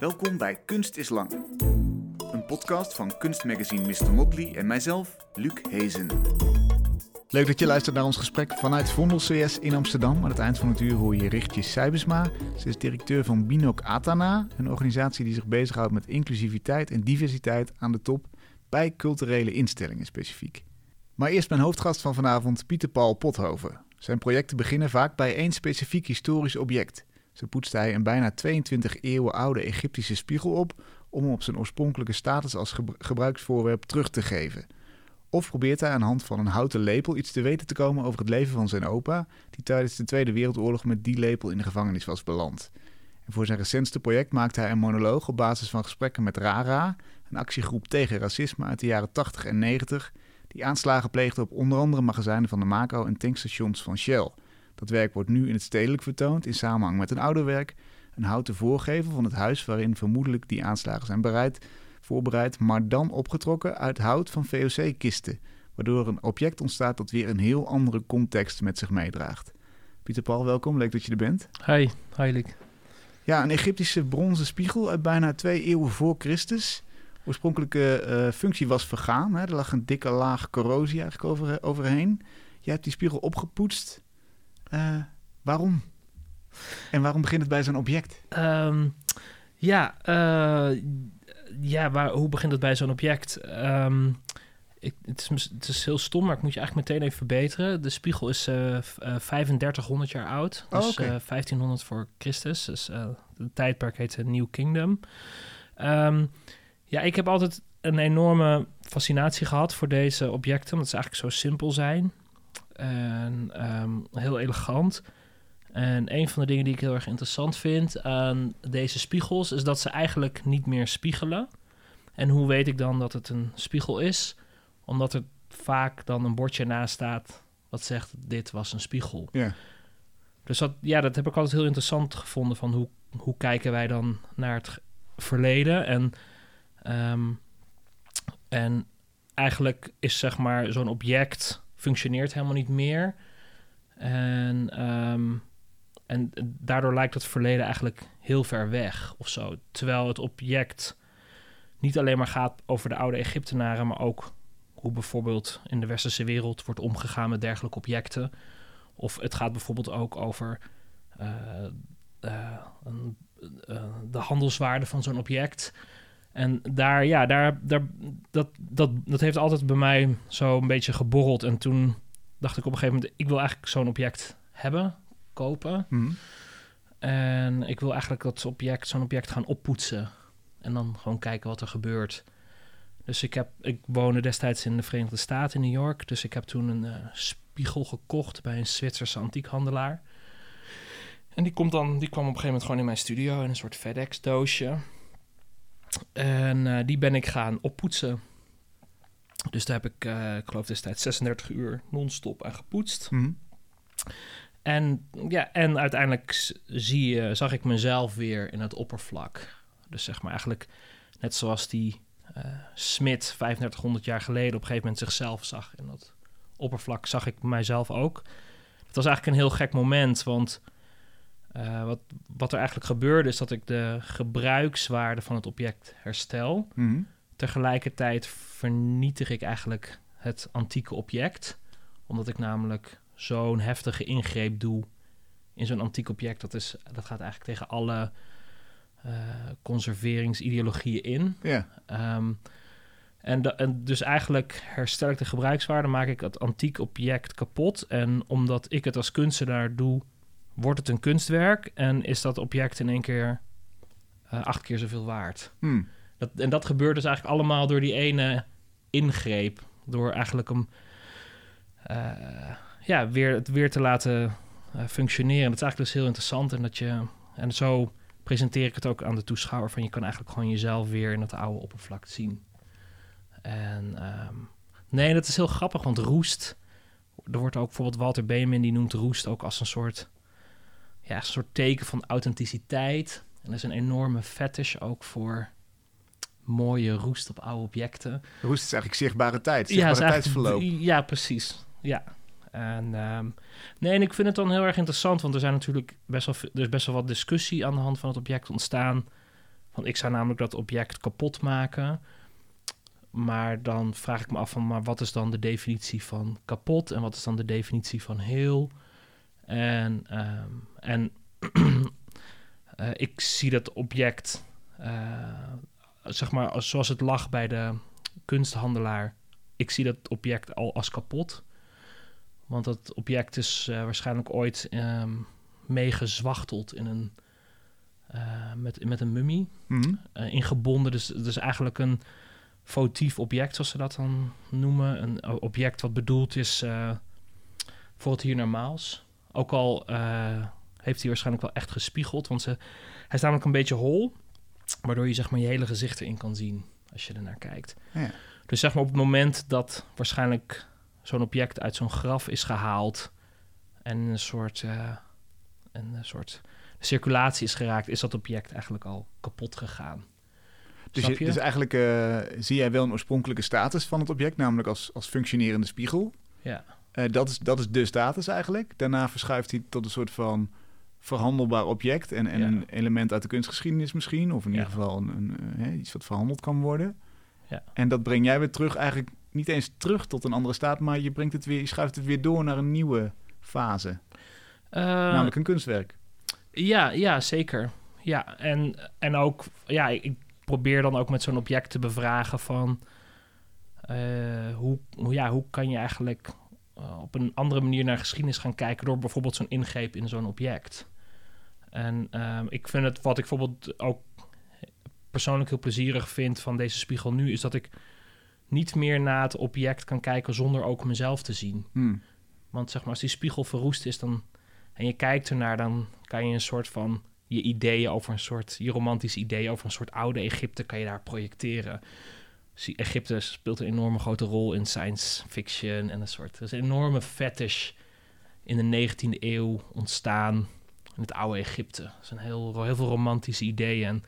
Welkom bij Kunst is Lang. Een podcast van kunstmagazine Mr. Motley en mijzelf, Luc Hezen. Leuk dat je luistert naar ons gesprek vanuit Vondel CS in Amsterdam. Aan het eind van het uur hoor je Richtje Sijbesma. Ze is directeur van Binok Atana, een organisatie die zich bezighoudt met inclusiviteit en diversiteit aan de top bij culturele instellingen specifiek. Maar eerst mijn hoofdgast van vanavond, Pieter Paul Pothoven. Zijn projecten beginnen vaak bij één specifiek historisch object. Zo poetste hij een bijna 22 eeuwen oude Egyptische spiegel op om hem op zijn oorspronkelijke status als gebruiksvoorwerp terug te geven. Of probeert hij aan de hand van een houten lepel iets te weten te komen over het leven van zijn opa, die tijdens de Tweede Wereldoorlog met die lepel in de gevangenis was beland. En voor zijn recentste project maakte hij een monoloog op basis van gesprekken met RARA, een actiegroep tegen racisme uit de jaren 80 en 90, die aanslagen pleegde op onder andere magazijnen van de Mako en tankstations van Shell. Dat werk wordt nu in het stedelijk vertoond in samenhang met een ouder werk, een houten voorgevel van het huis waarin vermoedelijk die aanslagen zijn voorbereid, maar dan opgetrokken uit hout van VOC-kisten, waardoor een object ontstaat dat weer een heel andere context met zich meedraagt. Pieter Paul, welkom, leuk dat je er bent. Hi Luc. Ja, een Egyptische bronzen spiegel uit bijna 2 eeuwen voor Christus. Oorspronkelijke functie was vergaan, hè? Er lag een dikke laag corrosie eigenlijk overheen. Jij hebt die spiegel opgepoetst. Waarom? En waarom begint het bij zo'n object? Hoe begint het bij zo'n object? Het is heel stom, maar ik moet je eigenlijk meteen even verbeteren. De spiegel is 3500 jaar oud. Dus 1500 voor Christus. Dus het tijdperk heet New Kingdom. Ik heb altijd een enorme fascinatie gehad voor deze objecten. Omdat ze eigenlijk zo simpel zijn. En heel elegant. En een van de dingen die ik heel erg interessant vind aan deze spiegels is dat ze eigenlijk niet meer spiegelen. En hoe weet ik dan dat het een spiegel is? Omdat er vaak dan een bordje naast staat wat zegt dit was een spiegel. Yeah. Dus dat heb ik altijd heel interessant gevonden van hoe kijken wij dan naar het verleden. En eigenlijk is zeg maar zo'n object functioneert helemaal niet meer. En daardoor lijkt het verleden eigenlijk heel ver weg of zo. Terwijl het object niet alleen maar gaat over de oude Egyptenaren, maar ook hoe bijvoorbeeld in de westerse wereld wordt omgegaan met dergelijke objecten. Of het gaat bijvoorbeeld ook over de handelswaarde van zo'n object. En dat heeft altijd bij mij zo een beetje geborreld. En toen dacht ik op een gegeven moment, ik wil eigenlijk zo'n object kopen. Mm-hmm. En ik wil eigenlijk zo'n object gaan oppoetsen. En dan gewoon kijken wat er gebeurt. Dus ik woonde destijds in de Verenigde Staten in New York. Dus ik heb toen een spiegel gekocht bij een Zwitserse antiekhandelaar. En die kwam op een gegeven moment gewoon in mijn studio in een soort FedEx doosje. En die ben ik gaan oppoetsen. Dus daar heb ik geloof destijds 36 uur non-stop aan gepoetst. Mm-hmm. En uiteindelijk zag ik mezelf weer in het oppervlak. Dus zeg maar eigenlijk net zoals die smid 3500 jaar geleden op een gegeven moment zichzelf zag in dat oppervlak, zag ik mijzelf ook. Het was eigenlijk een heel gek moment, want wat er eigenlijk gebeurde is dat ik de gebruikswaarde van het object herstel. Mm-hmm. Tegelijkertijd vernietig ik eigenlijk het antieke object, omdat ik namelijk zo'n heftige ingreep doe in zo'n antiek object. Dat gaat eigenlijk tegen alle conserveringsideologieën in. Yeah. En dus eigenlijk herstel ik de gebruikswaarde, maak ik het antiek object kapot. En omdat ik het als kunstenaar doe, wordt het een kunstwerk en is dat object in één keer 8 keer zoveel waard. Mm. Dat gebeurt dus eigenlijk allemaal door die ene ingreep. Door eigenlijk hem weer te laten functioneren. Dat is eigenlijk dus heel interessant. En zo presenteer ik het ook aan de toeschouwer. Van je kan eigenlijk gewoon jezelf weer in het oude oppervlak zien. En dat is heel grappig, want roest. Er wordt ook bijvoorbeeld Walter Benjamin, die noemt roest ook als een soort teken van authenticiteit. En er is een enorme fetish ook voor mooie roest op oude objecten. Roest is eigenlijk zichtbare tijd, tijdsverloop. Ja, precies. Ja. En ik vind het dan heel erg interessant, want er zijn natuurlijk best wel wat discussie aan de hand van het object ontstaan. Want ik zou namelijk dat object kapot maken. Maar dan vraag ik me af van, maar wat is dan de definitie van kapot? En wat is dan de definitie van heel? En ik zie dat object, zeg maar, zoals het lag bij de kunsthandelaar. Ik zie dat object al als kapot. Want dat object is waarschijnlijk ooit meegezwachteld in een, met een mummie. Mm-hmm. Ingebonden. Dus eigenlijk een votief object, zoals ze dat dan noemen. Een object wat bedoeld is voor het hiernamaals. Ook al heeft hij waarschijnlijk wel echt gespiegeld. Want hij is namelijk een beetje hol. Waardoor je zeg maar je hele gezicht erin kan zien als je ernaar kijkt. Ja. Dus zeg maar op het moment dat waarschijnlijk zo'n object uit zo'n graf is gehaald en een soort circulatie is geraakt, is dat object eigenlijk al kapot gegaan. Dus eigenlijk zie jij wel een oorspronkelijke status van het object, namelijk als functionerende spiegel. Ja. Dat is de status eigenlijk. Daarna verschuift hij tot een soort van verhandelbaar object en een element uit de kunstgeschiedenis misschien, of in ieder geval iets wat verhandeld kan worden. Ja. En dat breng jij weer terug, eigenlijk niet eens terug tot een andere staat, maar je schuift het weer door naar een nieuwe fase. Namelijk een kunstwerk. Ja, zeker. Ja, en ook, ik probeer dan ook met zo'n object te bevragen van hoe kan je eigenlijk op een andere manier naar geschiedenis gaan kijken door bijvoorbeeld zo'n ingreep in zo'n object. En ik vind het, wat ik bijvoorbeeld ook persoonlijk heel plezierig vind van deze spiegel nu, is dat ik niet meer naar het object kan kijken zonder ook mezelf te zien. Want zeg maar, als die spiegel verroest is en je kijkt ernaar, dan kan je een soort van je romantische ideeën over een soort oude Egypte kan je daar projecteren. Dus Egypte speelt een enorme grote rol in science fiction en er is een enorme fetish in de 19e eeuw ontstaan in het oude Egypte. Er zijn heel veel romantische ideeën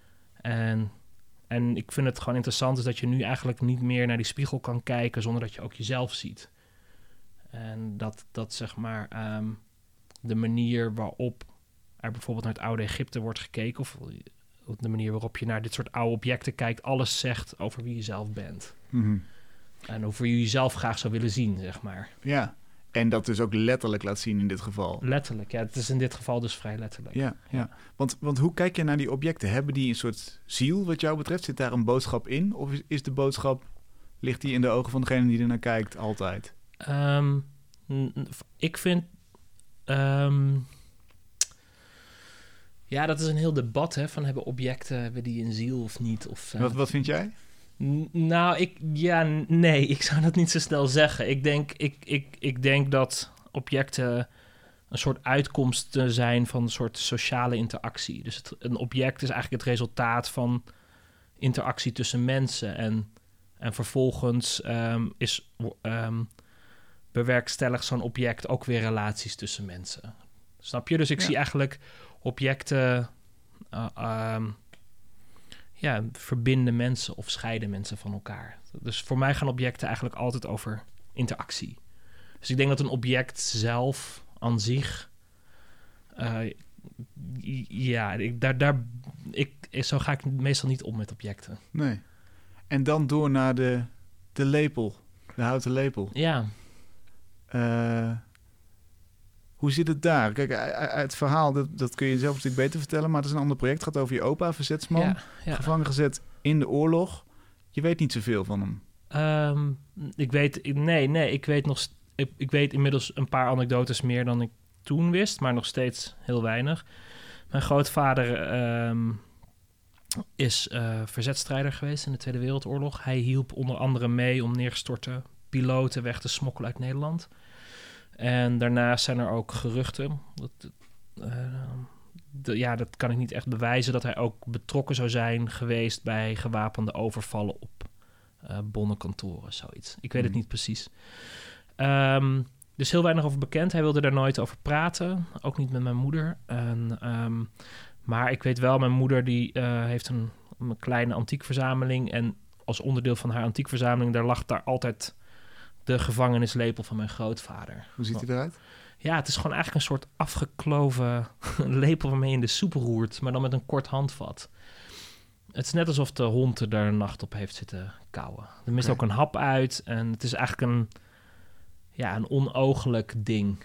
en ik vind het gewoon interessant is dat je nu eigenlijk niet meer naar die spiegel kan kijken zonder dat je ook jezelf ziet. En dat zeg maar de manier waarop er bijvoorbeeld naar het oude Egypte wordt gekeken, of de manier waarop je naar dit soort oude objecten kijkt, alles zegt over wie je zelf bent. Mm-hmm. En over wie je jezelf graag zou willen zien, zeg maar. Ja, en dat dus ook letterlijk laat zien in dit geval. Letterlijk, ja. Het is in dit geval dus vrij letterlijk. Ja. Want hoe kijk je naar die objecten? Hebben die een soort ziel wat jou betreft? Zit daar een boodschap in? Of is de boodschap, ligt die in de ogen van degene die er naar kijkt altijd? Ik vind... dat is een heel debat, hè, van hebben die een ziel of niet? Of, Wat vind jij? Ik zou dat niet zo snel zeggen. Ik denk dat objecten een soort uitkomst zijn van een soort sociale interactie. Dus een object is eigenlijk het resultaat van interactie tussen mensen. En vervolgens bewerkstelligt zo'n object ook weer relaties tussen mensen. Snap je? Dus ik zie eigenlijk objecten verbinden mensen of scheiden mensen van elkaar. Dus voor mij gaan objecten eigenlijk altijd over interactie. Dus ik denk dat een object zelf aan zich... zo ga ik meestal niet om met objecten. Nee. En dan door naar de lepel, de houten lepel. Ja. Hoe zit het daar? Kijk, het verhaal, dat kun je zelf natuurlijk beter vertellen, maar het is een ander project. Het gaat over je opa, verzetsman, gevangen gezet in de oorlog. Je weet niet zoveel van hem. Ik weet inmiddels een paar anekdotes meer dan ik toen wist, maar nog steeds heel weinig. Mijn grootvader is verzetstrijder geweest in de Tweede Wereldoorlog. Hij hielp onder andere mee om neergestorte piloten weg te smokkelen uit Nederland. En daarnaast zijn er ook geruchten. Dat kan ik niet echt bewijzen, dat hij ook betrokken zou zijn geweest bij gewapende overvallen op bonnenkantoren, zoiets. Ik weet het niet precies. Dus heel weinig over bekend. Hij wilde daar nooit over praten, ook niet met mijn moeder. Maar ik weet wel, mijn moeder die heeft een kleine antiekverzameling en als onderdeel van haar antiekverzameling, daar lag daar altijd de gevangenislepel van mijn grootvader. Hoe ziet hij eruit? Ja, het is gewoon eigenlijk een soort afgekloven lepel waarmee je in de soep roert, maar dan met een kort handvat. het is net alsof de hond er daar een nacht op heeft zitten kauwen. Er mist ook een hap uit en het is eigenlijk een onooglijk ding.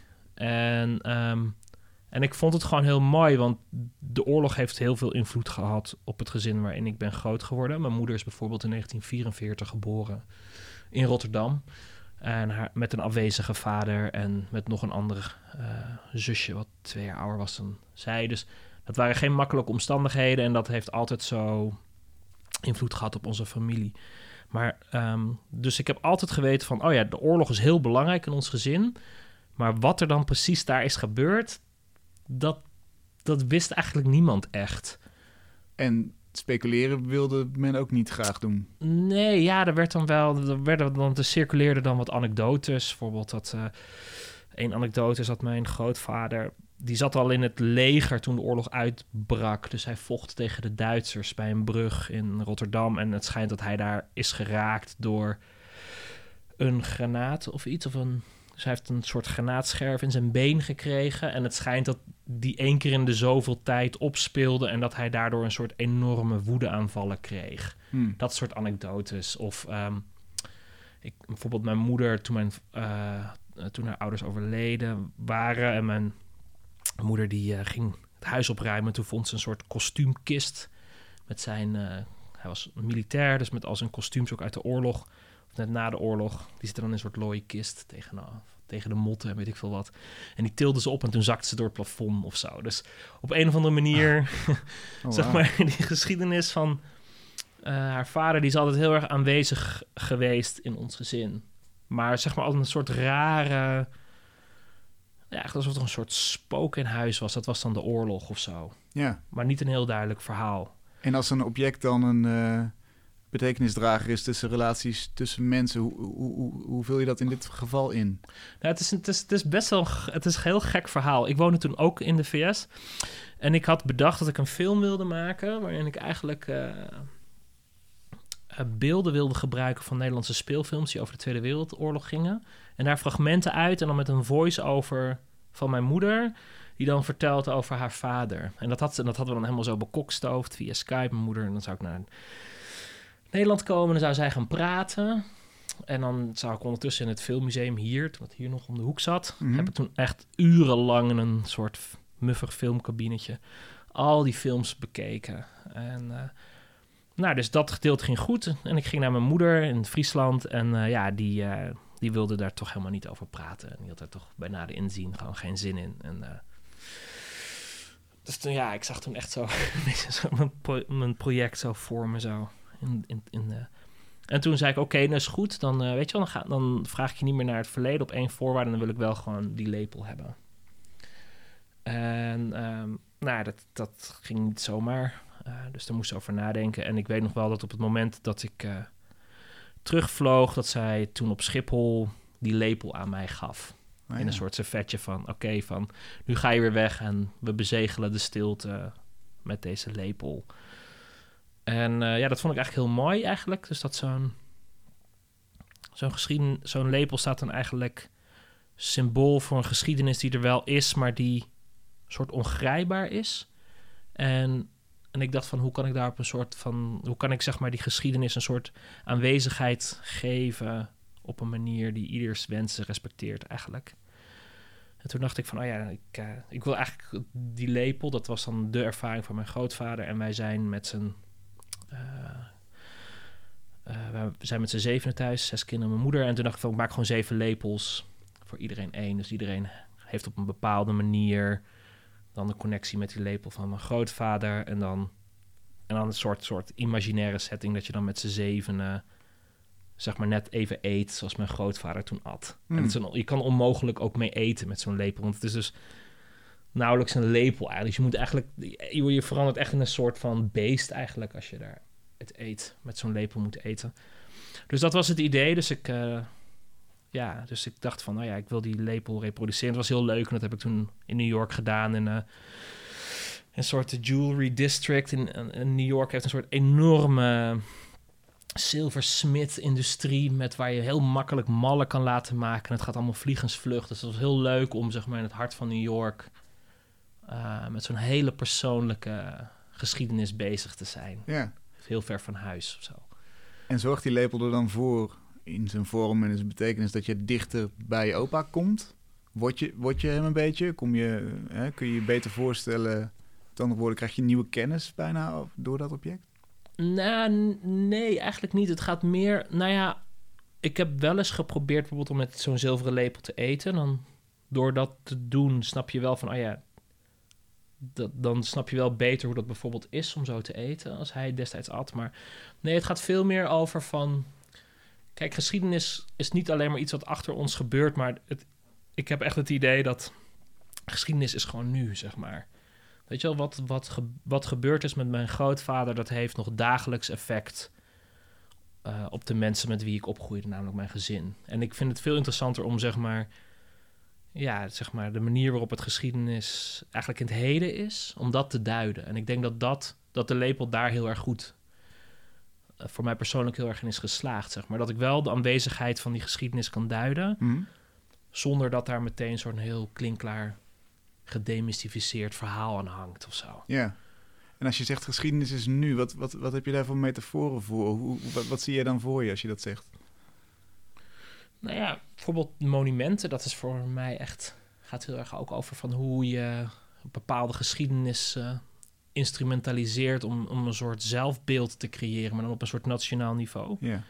En ik vond het gewoon heel mooi, want de oorlog heeft heel veel invloed gehad op het gezin waarin ik ben groot geworden. Mijn moeder is bijvoorbeeld in 1944 geboren in Rotterdam. En met een afwezige vader en met nog een ander zusje wat 2 jaar ouder was dan zij. Dus dat waren geen makkelijke omstandigheden en dat heeft altijd zo invloed gehad op onze familie. Maar dus ik heb altijd geweten van, de oorlog is heel belangrijk in ons gezin. Maar wat er dan precies daar is gebeurd, dat wist eigenlijk niemand echt. En speculeren wilde men ook niet graag doen? Nee, ja, er circuleerden dan wat anekdotes. Bijvoorbeeld dat een anekdote is dat mijn grootvader, die zat al in het leger toen de oorlog uitbrak. Dus hij vocht tegen de Duitsers bij een brug in Rotterdam. En het schijnt dat hij daar is geraakt door een granaat of iets. Dus hij heeft een soort granaatscherf in zijn been gekregen. En het schijnt dat die 1 keer in de zoveel tijd opspeelde en dat hij daardoor een soort enorme woedeaanvallen kreeg. Dat soort anekdotes. Of bijvoorbeeld mijn moeder, toen haar ouders overleden waren en mijn moeder die ging het huis opruimen. Toen vond ze een soort kostuumkist met zijn... hij was militair, dus met al zijn kostuums ook uit de oorlog. Of net na de oorlog. Die zitten dan in een soort looie kist tegen de motten en weet ik veel wat. En die tilde ze op en toen zakte ze door het plafond of zo. Dus op een of andere manier... zeg maar, die geschiedenis van haar vader... die is altijd heel erg aanwezig geweest in ons gezin. Maar zeg maar altijd een soort rare... Ja, echt alsof er een soort spook in huis was. Dat was dan de oorlog of zo. Ja. Maar niet een heel duidelijk verhaal. En als een object dan een betekenisdrager is tussen relaties tussen mensen, hoe vul je dat in dit geval in? Nou, het is best wel... Het is een heel gek verhaal. Ik woonde toen ook in de VS. En ik had bedacht dat ik een film wilde maken waarin ik eigenlijk beelden wilde gebruiken van Nederlandse speelfilms die over de Tweede Wereldoorlog gingen. En daar fragmenten uit en dan met een voice-over van mijn moeder, die dan vertelt over haar vader. En dat hadden we dan helemaal zo bekokstoofd via Skype, mijn moeder. En dan zou ik naar Nederland komen en dan zou zij gaan praten. En dan zou ik ondertussen in het filmmuseum hier, toen het hier nog om de hoek zat, heb ik toen echt urenlang in een soort muffig filmkabinetje al die films bekeken. En dus dat gedeelte ging goed. En ik ging naar mijn moeder in Friesland en die wilde daar toch helemaal niet over praten. En die had daar toch bij nader inzien gewoon geen zin in. En dus toen, ik zag toen echt zo, mijn project zo voor me zo. En toen zei ik, oké, dat is goed. Dan, weet je wel, dan vraag ik je niet meer naar het verleden op 1 voorwaarde. Dan wil ik wel gewoon die lepel hebben. En dat ging niet zomaar. Dus daar moest ze over nadenken. En ik weet nog wel dat op het moment dat ik terugvloog, dat zij toen op Schiphol die lepel aan mij gaf. In een soort servetje van, van nu ga je weer weg en we bezegelen de stilte met deze lepel. En dat vond ik eigenlijk heel mooi eigenlijk. Dus dat zo'n lepel staat dan eigenlijk symbool voor een geschiedenis die er wel is, maar die soort ongrijpbaar is. En ik dacht van, hoe kan ik daar op een soort van, hoe kan ik zeg maar die geschiedenis een soort aanwezigheid geven op een manier die ieders wensen respecteert eigenlijk. En toen dacht ik van, ik wil eigenlijk die lepel, dat was dan de ervaring van mijn grootvader. En wij zijn met z'n we zijn met z'n 7 thuis, 6 kinderen en mijn moeder. En toen dacht ik van, ik maak gewoon 7 lepels voor iedereen 1. Dus iedereen heeft op een bepaalde manier dan de connectie met die lepel van mijn grootvader. En dan een soort imaginaire setting dat je dan met z'n 7 zeg maar net even eet zoals mijn grootvader toen at. En je kan onmogelijk ook mee eten met zo'n lepel. Want het is dus nauwelijks een lepel eigenlijk. Dus je moet eigenlijk, je verandert echt in een soort van beest eigenlijk als je daar het eet, met zo'n lepel moet eten. Dus dat was het idee. Dus ik dacht van, ik wil die lepel reproduceren. Het was heel leuk en dat heb ik toen in New York gedaan. In een soort jewelry district in New York heeft een soort enorme zilversmid-industrie met waar je heel makkelijk mallen kan laten maken. En het gaat allemaal vliegensvlug. Dus het was heel leuk om zeg maar in het hart van New York met zo'n hele persoonlijke geschiedenis bezig te zijn. Ja. heel ver van huis of zo. En zorgt die lepel er dan voor, in zijn vorm en in zijn betekenis, dat je dichter bij je opa komt? Word je hem een beetje? Kun je je beter voorstellen? Met andere woorden, krijg je nieuwe kennis bijna door dat object? Nou, nee, eigenlijk niet. Het gaat meer... Nou ja, ik heb wel eens geprobeerd bijvoorbeeld om met zo'n zilveren lepel te eten. Dan, door dat te doen, snap je wel van... dan snap je wel beter hoe dat bijvoorbeeld is om zo te eten... als hij destijds at. Maar nee, het gaat veel meer over van... Kijk, geschiedenis is niet alleen maar iets wat achter ons gebeurt... maar ik heb echt het idee dat geschiedenis is gewoon nu, zeg maar. Weet je wel, wat gebeurd is met mijn grootvader... dat heeft nog dagelijks effect op de mensen met wie ik opgroeide... namelijk mijn gezin. En ik vind het veel interessanter om, zeg maar... de manier waarop het geschiedenis eigenlijk in het heden is... om dat te duiden. En ik denk dat de lepel daar heel erg goed... voor mij persoonlijk heel erg in is geslaagd, zeg maar. Dat ik wel de aanwezigheid van die geschiedenis kan duiden... zonder dat daar meteen zo'n heel klinkklaar... gedemystificeerd verhaal aan hangt of zo. Ja. En als je zegt geschiedenis is nu... wat heb je daar voor metaforen voor? Wat zie je dan voor je als je dat zegt? Nou ja, bijvoorbeeld monumenten... dat is voor mij echt... gaat heel erg ook over van hoe je... een bepaalde geschiedenis... instrumentaliseert om een soort zelfbeeld te creëren... maar dan op een soort nationaal niveau. Ja.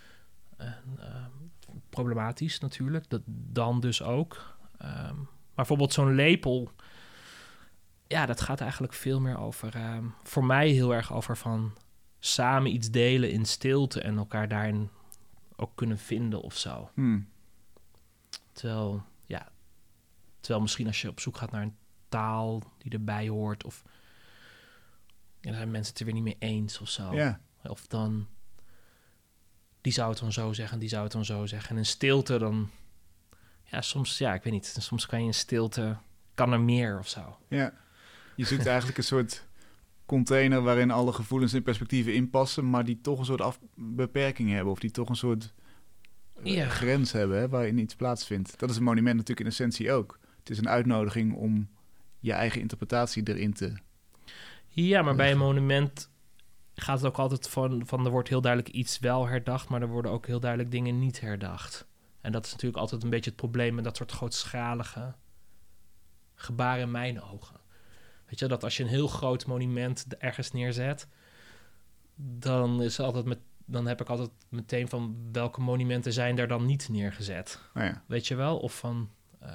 Problematisch natuurlijk, dat dan dus ook. Maar bijvoorbeeld zo'n lepel... ja, dat gaat eigenlijk veel meer over... voor mij heel erg over van... samen iets delen in stilte... en elkaar daarin ook kunnen vinden of zo. Terwijl misschien als je op zoek gaat naar een taal... die erbij hoort... of dan zijn mensen het er weer niet mee eens of zo. Ja. Of dan... die zou het dan zo zeggen, die zou het dan zo zeggen. En in stilte dan... ja, soms... ja, ik weet niet. Soms kan je in stilte... kan er meer of zo. Ja. Je zoekt eigenlijk een soort container... waarin alle gevoelens en perspectieven inpassen... maar die toch een soort beperking hebben... of die toch een soort grens hebben... Hè, waarin iets plaatsvindt. Dat is een monument natuurlijk in essentie ook. Het is een uitnodiging om je eigen interpretatie erin te... Ja, maar bij een monument gaat het ook altijd van er wordt heel duidelijk iets wel herdacht, maar er worden ook heel duidelijk dingen niet herdacht. En dat is natuurlijk altijd een beetje het probleem met dat soort grootschalige gebaren in mijn ogen. Weet je, dat als je een heel groot monument ergens neerzet, dan heb ik altijd meteen van welke monumenten zijn er dan niet neergezet. Oh ja. Weet je wel? Of van...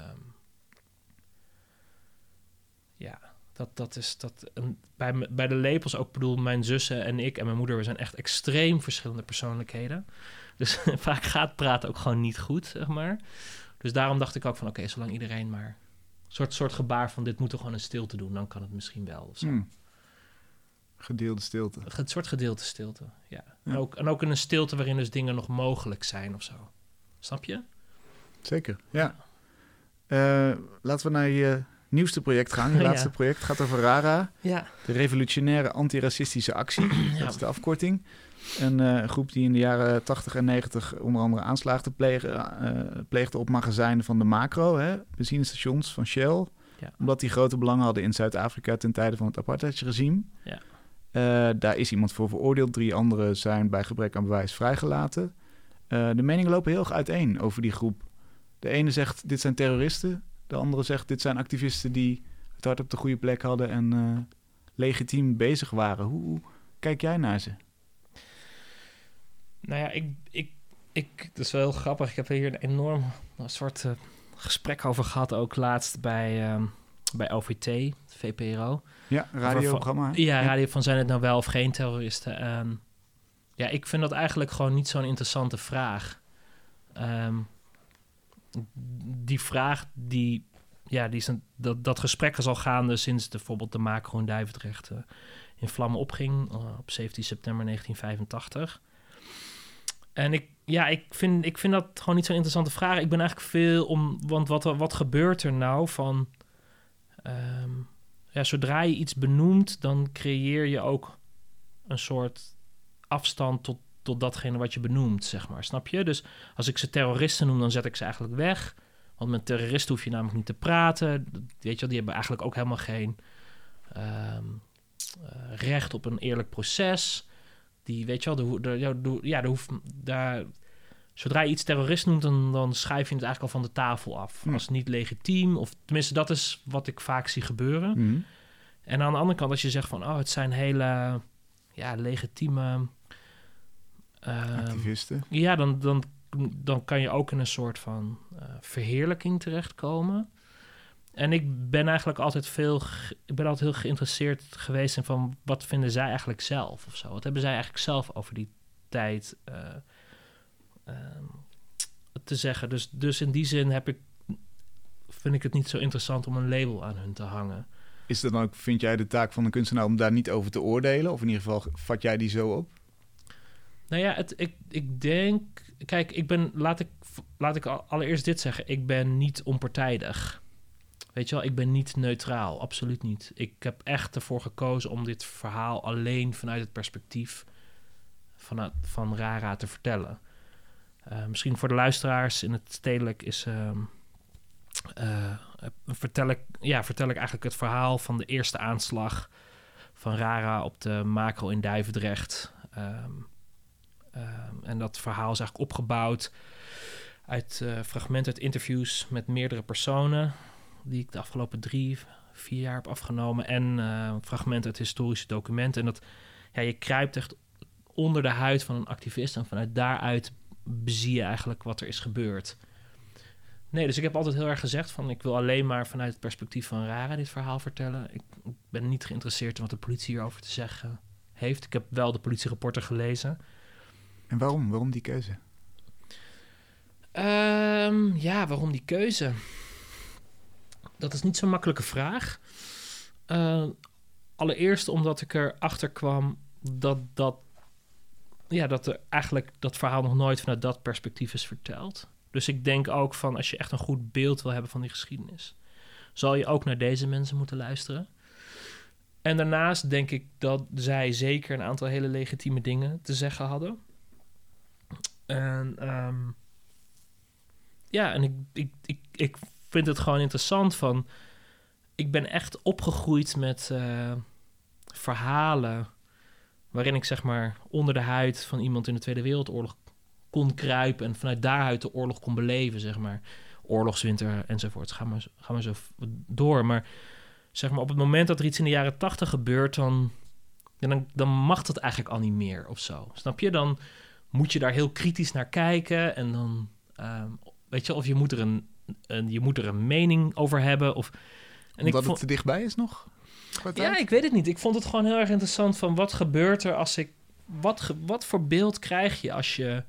Dat is dat. Bij de lepels ook, bedoel, mijn zussen en ik en mijn moeder, we zijn echt extreem verschillende persoonlijkheden. Dus vaak gaat praten ook gewoon niet goed, zeg maar. Dus daarom dacht ik ook van, oké, zolang iedereen maar soort gebaar van dit moeten we gewoon in stilte doen, dan kan het misschien wel of zo. Gedeelde stilte. Een soort gedeelde stilte, ja. En ook in een stilte waarin dus dingen nog mogelijk zijn of zo. Snap je? Zeker, ja. Laten we naar je nieuwste project gaan. Je laatste project gaat over RARA. Ja. De Revolutionaire Antiracistische Actie. Dat is de afkorting. Een groep die in de jaren 80 en 90 onder andere aanslagen pleegde op magazijnen van de Macro, benzinestations van Shell. Ja. Omdat die grote belangen hadden in Zuid-Afrika ten tijde van het apartheidsregime. Ja. Daar is iemand voor veroordeeld. 3 anderen zijn bij gebrek aan bewijs vrijgelaten. De meningen lopen heel erg uiteen over die groep. De ene zegt, dit zijn terroristen. De andere zegt, dit zijn activisten die het hart op de goede plek hadden en legitiem bezig waren. Hoe kijk jij naar ze? Nou ja, dat is wel heel grappig. Ik heb hier een enorm soort gesprek over gehad, ook laatst bij OVT, VPRO. Ja, radioprogramma. Ja, radio van zijn het nou wel of geen terroristen. Ja, ik vind dat eigenlijk gewoon niet zo'n interessante vraag. Die vraag, dat gesprek is al gaande sinds bijvoorbeeld de Macro in Duivendrecht in vlammen opging op 17 september 1985. En ik vind dat gewoon niet zo'n interessante vraag. Ik ben eigenlijk want wat gebeurt er nou van... zodra je iets benoemt, dan creëer je ook een soort afstand tot datgene wat je benoemt, zeg maar. Snap je? Dus als ik ze terroristen noem, dan zet ik ze eigenlijk weg. Want met terroristen hoef je namelijk niet te praten. Weet je wel, die hebben eigenlijk ook helemaal geen recht op een eerlijk proces. Die, weet je wel, zodra je iets terrorist noemt, dan schrijf je het eigenlijk al van de tafel af. Als niet legitiem, of tenminste, dat is wat ik vaak zie gebeuren. Mm. En aan de andere kant, als je zegt van, het zijn hele legitieme activisten. Ja, dan kan je ook in een soort van verheerlijking terechtkomen. En ik ben eigenlijk altijd heel geïnteresseerd geweest in van wat vinden zij eigenlijk zelf of zo. Wat hebben zij eigenlijk zelf over die tijd te zeggen. Dus in die zin vind ik het niet zo interessant om een label aan hun te hangen. Is dat dan ook, vind jij, de taak van een kunstenaar om daar niet over te oordelen? Of in ieder geval, vat jij die zo op? Nou ja, ik denk... Kijk, laat ik allereerst dit zeggen. Ik ben niet onpartijdig. Weet je wel, ik ben niet neutraal. Absoluut niet. Ik heb echt ervoor gekozen om dit verhaal alleen vanuit het perspectief van Rara te vertellen. Misschien voor de luisteraars in het stedelijk is... vertel ik eigenlijk het verhaal van de eerste aanslag van Rara op de macro in Duivendrecht. En dat verhaal is eigenlijk opgebouwd uit fragmenten uit interviews met meerdere personen die ik de afgelopen 3-4 jaar heb afgenomen en fragmenten uit historische documenten. En dat, je kruipt echt onder de huid van een activist en vanuit daaruit bezie je eigenlijk wat er is gebeurd. Nee, dus ik heb altijd heel erg gezegd van ik wil alleen maar vanuit het perspectief van Rara dit verhaal vertellen. Ik ben niet geïnteresseerd in wat de politie hierover te zeggen heeft. Ik heb wel de politierapporten gelezen. En waarom? Waarom die keuze? Waarom die keuze? Dat is niet zo'n makkelijke vraag. Allereerst omdat ik erachter kwam dat er eigenlijk dat verhaal nog nooit vanuit dat perspectief is verteld. Dus ik denk ook van als je echt een goed beeld wil hebben van die geschiedenis, zal je ook naar deze mensen moeten luisteren. En daarnaast denk ik dat zij zeker een aantal hele legitieme dingen te zeggen hadden. En ik vind het gewoon interessant van... Ik ben echt opgegroeid met verhalen waarin ik zeg maar onder de huid van iemand in de Tweede Wereldoorlog kon kruipen en vanuit daaruit de oorlog kon beleven, zeg maar. Oorlogswinter enzovoort. Ga maar zo door. Maar zeg maar op het moment dat er iets in de jaren 80 gebeurt, dan mag dat eigenlijk al niet meer of zo. Snap je? Dan moet je daar heel kritisch naar kijken en dan weet je, of je moet er een mening over hebben of. En omdat het te dichtbij is nog? Ja, ik weet het niet. Ik vond het gewoon heel erg interessant van wat gebeurt er als ik... Wat voor beeld krijg je als je...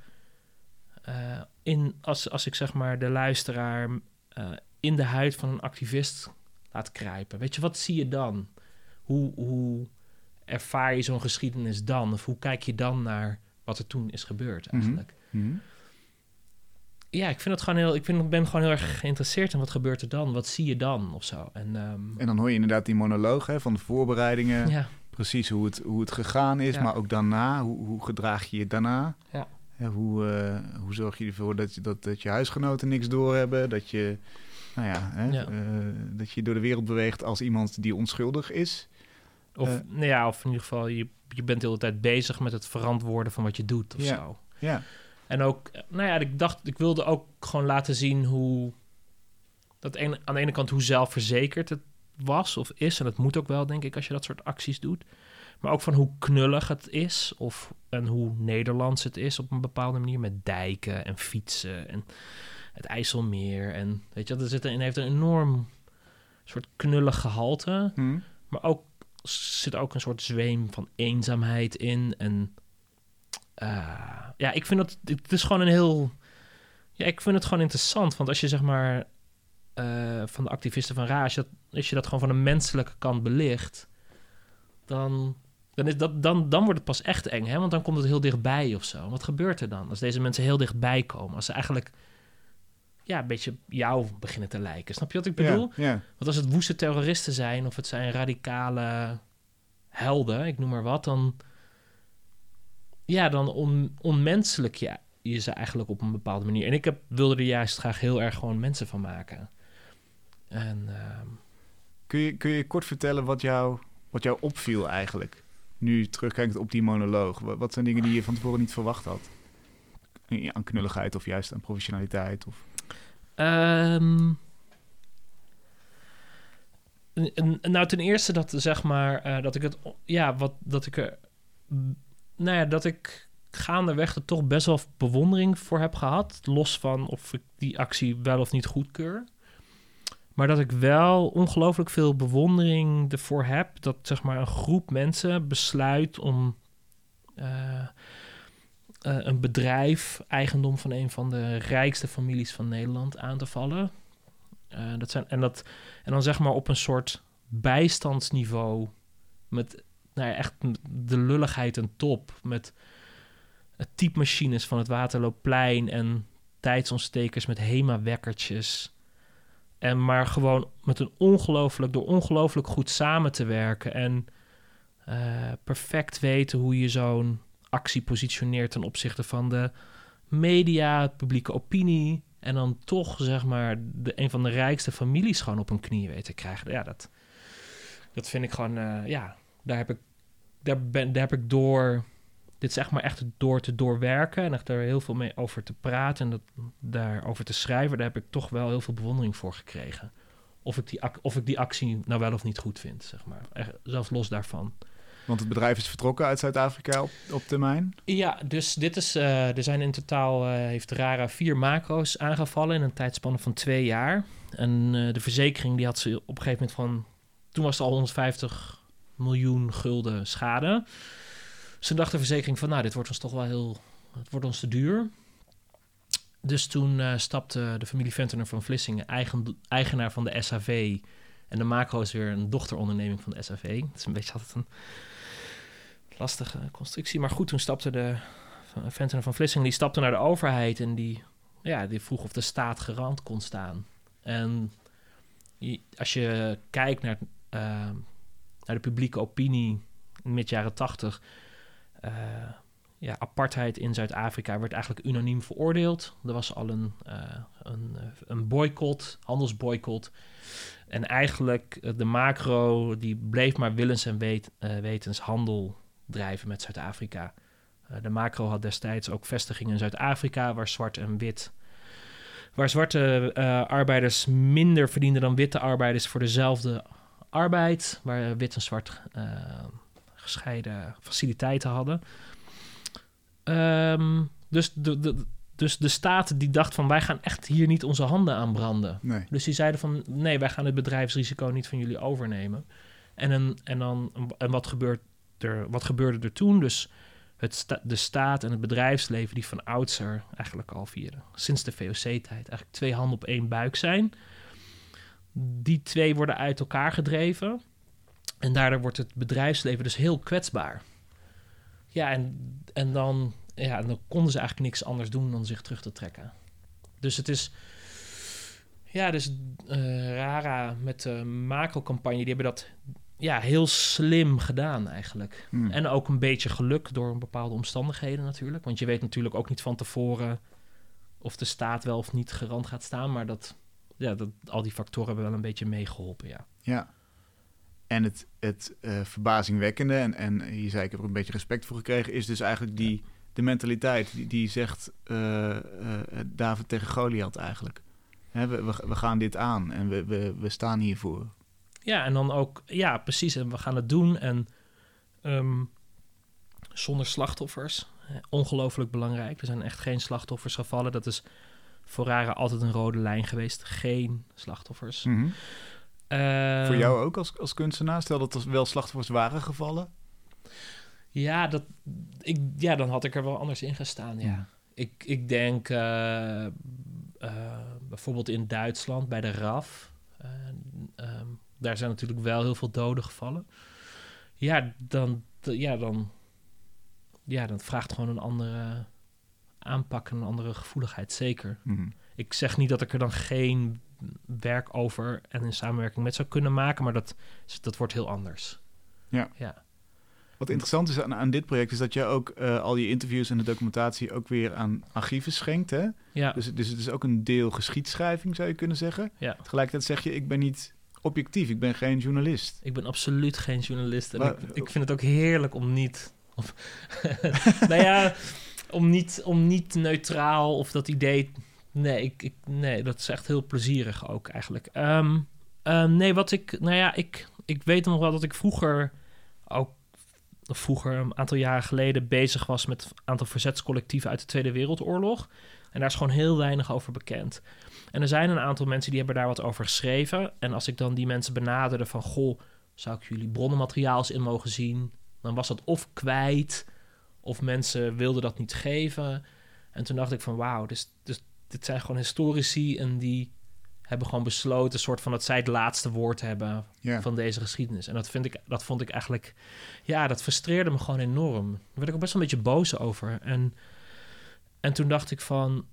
als ik zeg maar de luisteraar in de huid van een activist laat kruipen. Weet je, wat zie je dan? Hoe ervaar je zo'n geschiedenis dan? Of hoe kijk je dan naar wat er toen is gebeurd eigenlijk? Mm-hmm. Ja, ik vind het gewoon ik ben gewoon heel erg geïnteresseerd in wat gebeurt er dan? Wat zie je dan of zo? En dan hoor je inderdaad die monoloog van de voorbereidingen. Ja. Precies hoe het gegaan is, maar ook daarna. Hoe gedraag je je daarna? Ja. Hoe zorg je ervoor dat je huisgenoten niks doorhebben? Dat je, dat je door de wereld beweegt als iemand die onschuldig is? Of in ieder geval, je bent de hele tijd bezig met het verantwoorden van wat je doet of zo. Ja. En ook, ik wilde ook gewoon laten zien hoe... aan de ene kant hoe zelfverzekerd het was of is. En dat moet ook wel, denk ik, als je dat soort acties doet. Maar ook van hoe knullig het is. En hoe Nederlands het is op een bepaalde manier. Met dijken en fietsen en het IJsselmeer. En weet je, heeft een enorm soort knullig gehalte. Mm. Maar ook zit ook een soort zweem van eenzaamheid in. En ik vind dat... Het is gewoon een heel... Ja, ik vind het gewoon interessant. Want als je zeg maar... van de activisten van Rara, als je dat gewoon van een menselijke kant belicht, dan wordt het pas echt eng, hè? Want dan komt het heel dichtbij of zo. Wat gebeurt er dan als deze mensen heel dichtbij komen? Als ze eigenlijk een beetje jou beginnen te lijken. Snap je wat ik bedoel? Yeah. Want als het woeste terroristen zijn of het zijn radicale helden, ik noem maar wat, dan onmenselijk je ze eigenlijk op een bepaalde manier. En ik wilde er juist graag heel erg gewoon mensen van maken. En Kun je kort vertellen wat jou opviel eigenlijk nu terugkijkend op die monoloog, wat zijn dingen die je van tevoren niet verwacht had? Aan knulligheid of juist aan professionaliteit? Of... Nou, ten eerste dat zeg maar dat ik het, dat ik gaandeweg er toch best wel bewondering voor heb gehad, los van of ik die actie wel of niet goedkeur. Maar dat ik wel ongelooflijk veel bewondering ervoor heb dat zeg maar een groep mensen besluit om een bedrijf, eigendom van een van de rijkste families van Nederland, aan te vallen. En dan zeg maar op een soort bijstandsniveau met echt de lulligheid en top, met typemachines van het Waterloopplein en tijdsontstekers met HEMA-wekkertjes. En maar gewoon met door ongelooflijk goed samen te werken en perfect weten hoe je zo'n actie positioneert ten opzichte van de media, publieke opinie. En dan toch, zeg maar, een van de rijkste families gewoon op hun knieën weten te krijgen. Ja, dat vind ik gewoon, daar heb ik door... Dit is echt maar echt door te doorwerken en echt er heel veel mee over te praten en daarover te schrijven. Daar heb ik toch wel heel veel bewondering voor gekregen. Of ik die actie nou wel of niet goed vind, zeg maar. Echt, zelfs los daarvan. Want het bedrijf is vertrokken uit Zuid-Afrika op termijn? Ja, dus dit is... er zijn in totaal... heeft Rara 4 macro's aangevallen in een tijdspanne van 2 jaar. En de verzekering die had ze op een gegeven moment van... Toen was het al 150 miljoen gulden schade. Dus toen dacht de verzekering van... Nou, dit wordt ons toch wel heel... Het wordt ons te duur. Dus toen stapte de familie Ventner van Vlissingen... eigenaar van de SAV... En de macro is weer een dochteronderneming van de SAV. Dat is een beetje altijd een lastige constructie. Maar goed, toen stapte de Ventner van Vlissingen... die stapte naar de overheid en die vroeg of de staat garant kon staan. En als je kijkt naar de publieke opinie mid jaren 80... apartheid in Zuid-Afrika werd eigenlijk unaniem veroordeeld. Er was al een boycott, handelsboycott. En eigenlijk de macro, die bleef maar willens en wetens handel drijven met Zuid-Afrika. De macro had destijds ook vestigingen in Zuid-Afrika, waar zwarte arbeiders minder verdienden dan witte arbeiders voor dezelfde arbeid, waar wit en zwart gescheiden faciliteiten hadden. Dus de staat die dacht van... wij gaan echt hier niet onze handen aan branden. Nee. Dus die zeiden van... nee, wij gaan het bedrijfsrisico niet van jullie overnemen. En wat gebeurde er toen? Dus de staat en het bedrijfsleven... die van oudsher eigenlijk al sinds de VOC-tijd... eigenlijk 2 handen op 1 buik zijn. Die 2 worden uit elkaar gedreven. En daardoor wordt het bedrijfsleven dus heel kwetsbaar. Ja, en dan konden ze eigenlijk niks anders doen dan zich terug te trekken. Dus het is... Ja, dus Rara met de macro-campagne... die hebben dat heel slim gedaan eigenlijk. En ook een beetje geluk door bepaalde omstandigheden natuurlijk. Want je weet natuurlijk ook niet van tevoren... of de staat wel of niet garant gaat staan. Maar al die factoren hebben wel een beetje meegeholpen, ja. Ja. En het verbazingwekkende... en je zei, ik heb er een beetje respect voor gekregen... is dus eigenlijk de mentaliteit die zegt... David tegen Goliath eigenlijk. Hè, we gaan dit aan en we staan hiervoor. Ja, en dan ook... Ja, precies. En we gaan het doen. En zonder slachtoffers. Ongelooflijk belangrijk. Er zijn echt geen slachtoffers gevallen. Dat is voor Rara altijd een rode lijn geweest. Geen slachtoffers. Mm-hmm. Voor jou ook als kunstenaar? Stel dat er wel slachtoffers waren gevallen? Ja, dan had ik er wel anders in gestaan, ja. Ik denk bijvoorbeeld in Duitsland bij de RAF... daar zijn natuurlijk wel heel veel doden gevallen. Dan vraagt gewoon een andere aanpak... en een andere gevoeligheid, zeker. Mm-hmm. Ik zeg niet dat ik er dan geen werk over... en in samenwerking met zou kunnen maken... maar dat wordt heel anders. Ja. Wat interessant is aan dit project... is dat je ook al je interviews en de documentatie... ook weer aan archieven schenkt, hè? Ja. Dus het is ook een deel geschiedschrijving, zou je kunnen zeggen. Ja. Tegelijkertijd zeg je... ik ben niet objectief. Ik ben geen journalist. Ik ben absoluut geen journalist. En ik vind het ook heerlijk om niet... nou ja, om niet neutraal of dat idee... Nee, dat is echt heel plezierig ook eigenlijk. Ik weet nog wel dat ik vroeger, een aantal jaren geleden, bezig was met een aantal verzetscollectieven uit de Tweede Wereldoorlog. En daar is gewoon heel weinig over bekend. En er zijn een aantal mensen die hebben daar wat over geschreven. En als ik dan die mensen benaderde van... Goh, zou ik jullie bronnenmateriaals in mogen zien? Dan was dat of kwijt, of mensen wilden dat niet geven. En toen dacht ik van wauw, dus dit zijn gewoon historici en die hebben gewoon besloten soort van dat zij het laatste woord hebben van deze geschiedenis. En dat vond ik eigenlijk, dat frustreerde me gewoon enorm. Daar werd ik ook best wel een beetje boos over. En toen dacht ik van,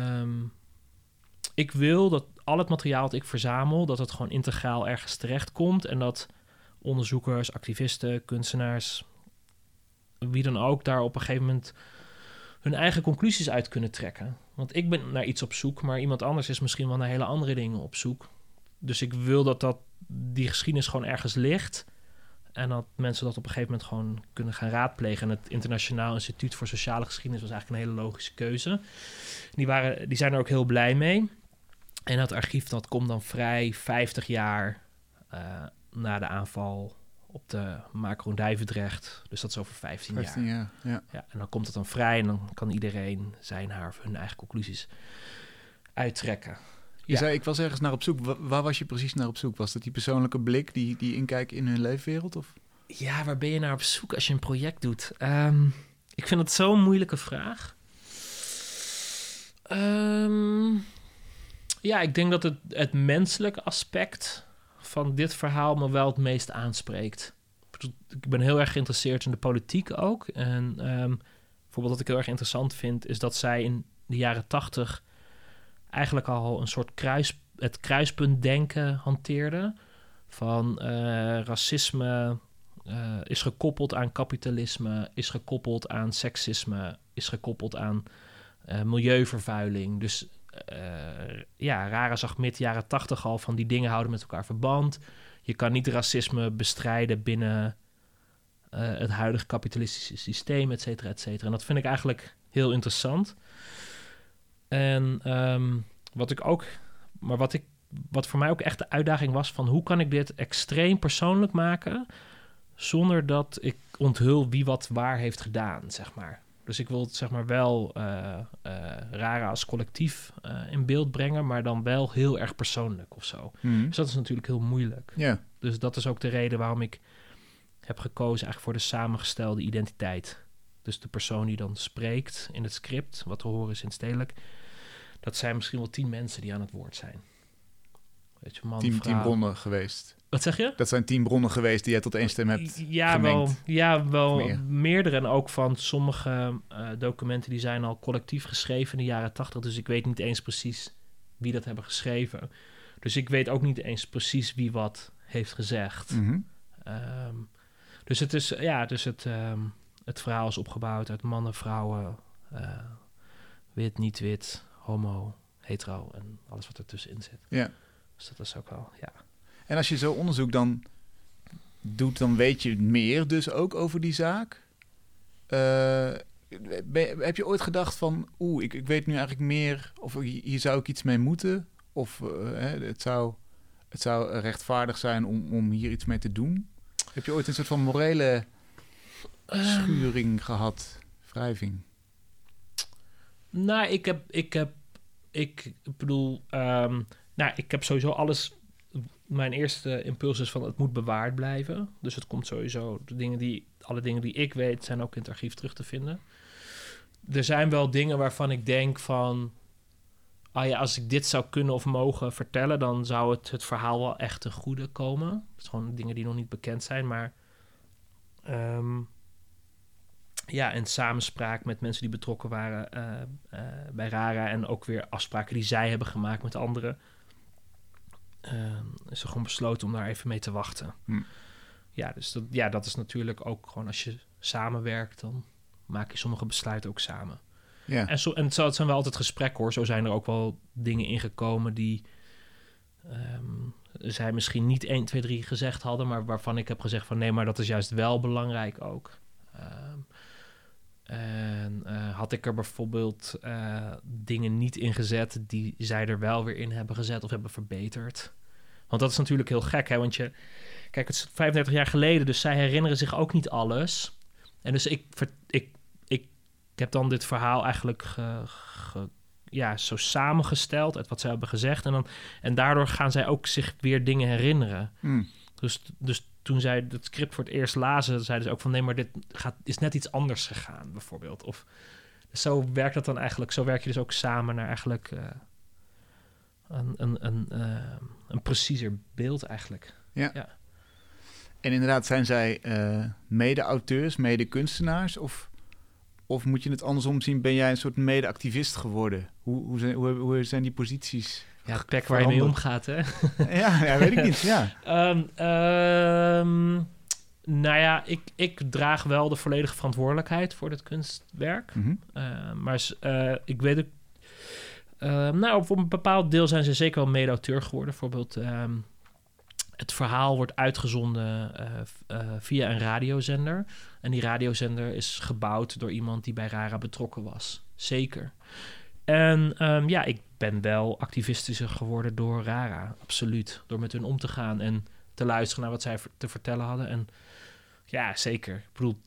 ik wil dat al het materiaal dat ik verzamel, dat het gewoon integraal ergens terechtkomt en dat onderzoekers, activisten, kunstenaars, wie dan ook, daar op een gegeven moment hun eigen conclusies uit kunnen trekken. Want ik ben naar iets op zoek, maar iemand anders is misschien wel naar hele andere dingen op zoek. Dus ik wil dat die geschiedenis gewoon ergens ligt en dat mensen dat op een gegeven moment gewoon kunnen gaan raadplegen. En het Internationaal Instituut voor Sociale Geschiedenis was eigenlijk een hele logische keuze. Die zijn er ook heel blij mee. En dat archief dat komt dan vrij 50 jaar na de aanval op de Macro in Duivendrecht. Dus dat is over 15 jaar. Ja. En dan komt het dan vrij en dan kan iedereen hun eigen conclusies uittrekken. Je zei, ik was ergens naar op zoek. Waar was je precies naar op zoek? Was dat die persoonlijke blik, die inkijk in hun leefwereld? Of? Ja, waar ben je naar op zoek als je een project doet? Ik vind het zo'n moeilijke vraag. Ik denk dat het menselijke aspect van dit verhaal me wel het meest aanspreekt. Ik ben heel erg geïnteresseerd in de politiek ook. En bijvoorbeeld wat ik heel erg interessant vind, is dat zij in de jaren 80 eigenlijk al een soort het kruispuntdenken hanteerde. Van racisme is gekoppeld aan kapitalisme, is gekoppeld aan seksisme, is gekoppeld aan milieuvervuiling. Dus Rara zag mid jaren 80 al van die dingen houden met elkaar verband. Je kan niet racisme bestrijden binnen het huidige kapitalistische systeem, et cetera, et cetera. En dat vind ik eigenlijk heel interessant. En wat voor mij ook echt de uitdaging was van hoe kan ik dit extreem persoonlijk maken zonder dat ik onthul wie wat waar heeft gedaan, zeg maar. Dus ik wil het zeg maar wel Rara als collectief in beeld brengen, maar dan wel heel erg persoonlijk of zo. Mm. Dus dat is natuurlijk heel moeilijk. Yeah. Dus dat is ook de reden waarom ik heb gekozen eigenlijk voor de samengestelde identiteit. Dus de persoon die dan spreekt in het script, wat te horen is in Stedelijk, dat zijn misschien wel 10 mensen die aan het woord zijn. Weet je, man, 10 bronnen geweest. Wat zeg je? Dat zijn 10 bronnen geweest die jij tot één stem hebt gemengd. Wel meerdere. En ook van sommige documenten die zijn al collectief geschreven in de jaren 80. Dus ik weet niet eens precies wie dat hebben geschreven. Dus ik weet ook niet eens precies wie wat heeft gezegd. Mm-hmm. Dus het is, het verhaal is opgebouwd uit mannen, vrouwen, wit, niet wit, homo, hetero en alles wat ertussenin zit. Ja. Dus dat is ook wel, En als je zo onderzoek dan doet, dan weet je meer dus ook over die zaak. Heb je ooit gedacht van, ik weet nu eigenlijk meer, of hier zou ik iets mee moeten? Of het zou rechtvaardig zijn om hier iets mee te doen? Heb je ooit een soort van morele schuring gehad, wrijving? Nou, ik heb sowieso alles. Mijn eerste impuls is van het moet bewaard blijven. Dus het komt sowieso. Alle dingen die ik weet zijn ook in het archief terug te vinden. Er zijn wel dingen waarvan ik denk van, als ik dit zou kunnen of mogen vertellen, dan zou het verhaal wel echt ten goede komen. Het is gewoon dingen die nog niet bekend zijn, maar in samenspraak met mensen die betrokken waren bij Rara en ook weer afspraken die zij hebben gemaakt met anderen, is er gewoon besloten om daar even mee te wachten. Ja, dus dat is natuurlijk ook gewoon als je samenwerkt, dan maak je sommige besluiten ook samen. Ja. En het zijn wel altijd gesprekken hoor. Zo zijn er ook wel dingen ingekomen die zij misschien niet 1, 2, 3 gezegd hadden, maar waarvan ik heb gezegd van nee, maar dat is juist wel belangrijk ook. En had ik er bijvoorbeeld dingen niet in gezet die zij er wel weer in hebben gezet of hebben verbeterd. Want dat is natuurlijk heel gek, hè? Want kijk, het is 35 jaar geleden, dus zij herinneren zich ook niet alles. En dus ik heb dan dit verhaal eigenlijk zo samengesteld uit wat zij hebben gezegd. En daardoor gaan zij ook zich weer dingen herinneren. Dus toen zij het script voor het eerst lazen, zeiden ze ook van nee, maar dit is net iets anders gegaan, bijvoorbeeld. Of dus zo werkt dat dan eigenlijk. Zo werk je dus ook samen naar eigenlijk een preciezer beeld eigenlijk. Ja. En inderdaad, zijn zij mede-auteurs, mede-kunstenaars? Of moet je het andersom zien? Ben jij een soort mede-activist geworden? Hoe zijn die posities? Ja, het plek waar je mee omgaat, hè? ja, weet ik niet, ja. Nou ja, ik draag wel de volledige verantwoordelijkheid voor dit kunstwerk. Maar ik weet ook... voor een bepaald deel zijn ze zeker wel mede-auteur geworden. Bijvoorbeeld, het verhaal wordt uitgezonden via een radiozender. En die radiozender is gebouwd door iemand die bij RARA betrokken was. Zeker. En ik ben wel activistischer geworden door RARA, absoluut. Door met hun om te gaan en te luisteren naar wat zij te vertellen hadden. En ja, zeker.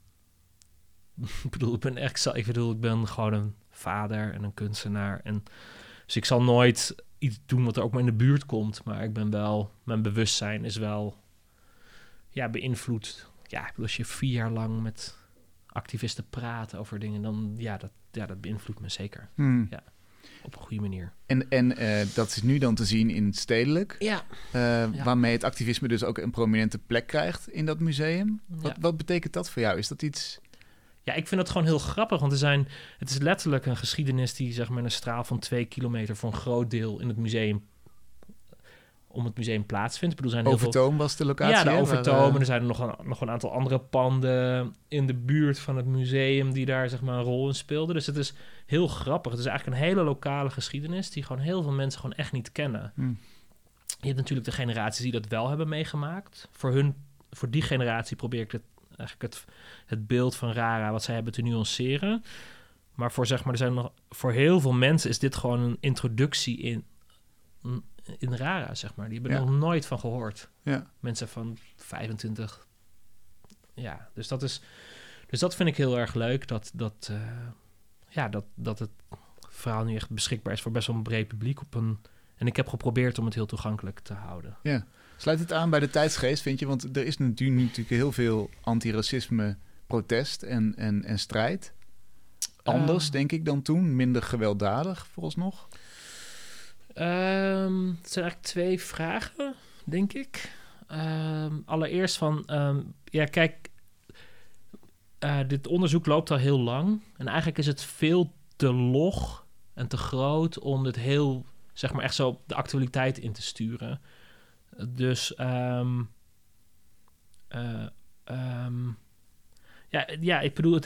Ik ben gewoon een vader en een kunstenaar. En dus ik zal nooit iets doen wat er ook maar in de buurt komt. Maar ik ben wel, mijn bewustzijn is wel beïnvloed. Ja, als je 4 jaar lang met activisten praat over dingen, dan dat beïnvloedt me zeker. Ja, op een goede manier. En dat is nu dan te zien in Stedelijk. Ja. Waarmee het activisme dus ook een prominente plek krijgt in dat museum. Wat betekent dat voor jou? Is dat iets... Ja, ik vind dat gewoon heel grappig, want het is letterlijk een geschiedenis die zeg maar in een straal van 2 kilometer voor een groot deel in het museum plaatsvindt. Ik bedoel, zijn Overtoom was de locatie. Ja, de Overtoom. En er zijn nog een aantal andere panden in de buurt van het museum die daar zeg maar een rol in speelden. Dus het is heel grappig. Het is eigenlijk een hele lokale geschiedenis die gewoon heel veel mensen gewoon echt niet kennen. Je hebt natuurlijk de generaties die dat wel hebben meegemaakt. Voor die generatie probeer ik het beeld van RARA wat zij hebben te nuanceren. Maar voor heel veel mensen is dit gewoon een introductie in RARA, zeg maar. Die hebben er nog nooit van gehoord. Ja. Mensen van 25. Ja, dus dat vind ik heel erg leuk. Dat het verhaal nu echt beschikbaar is voor best wel een breed publiek. En ik heb geprobeerd om het heel toegankelijk te houden. Ja. Sluit het aan bij de tijdsgeest, vind je? Want er is natuurlijk heel veel antiracisme, protest en strijd. Anders, denk ik, dan toen. Minder gewelddadig, vooralsnog. Het zijn eigenlijk 2 vragen, denk ik. Allereerst dit onderzoek loopt al heel lang. En eigenlijk is het veel te log en te groot om dit heel, zeg maar, echt zo de actualiteit in te sturen. Dus ik bedoel,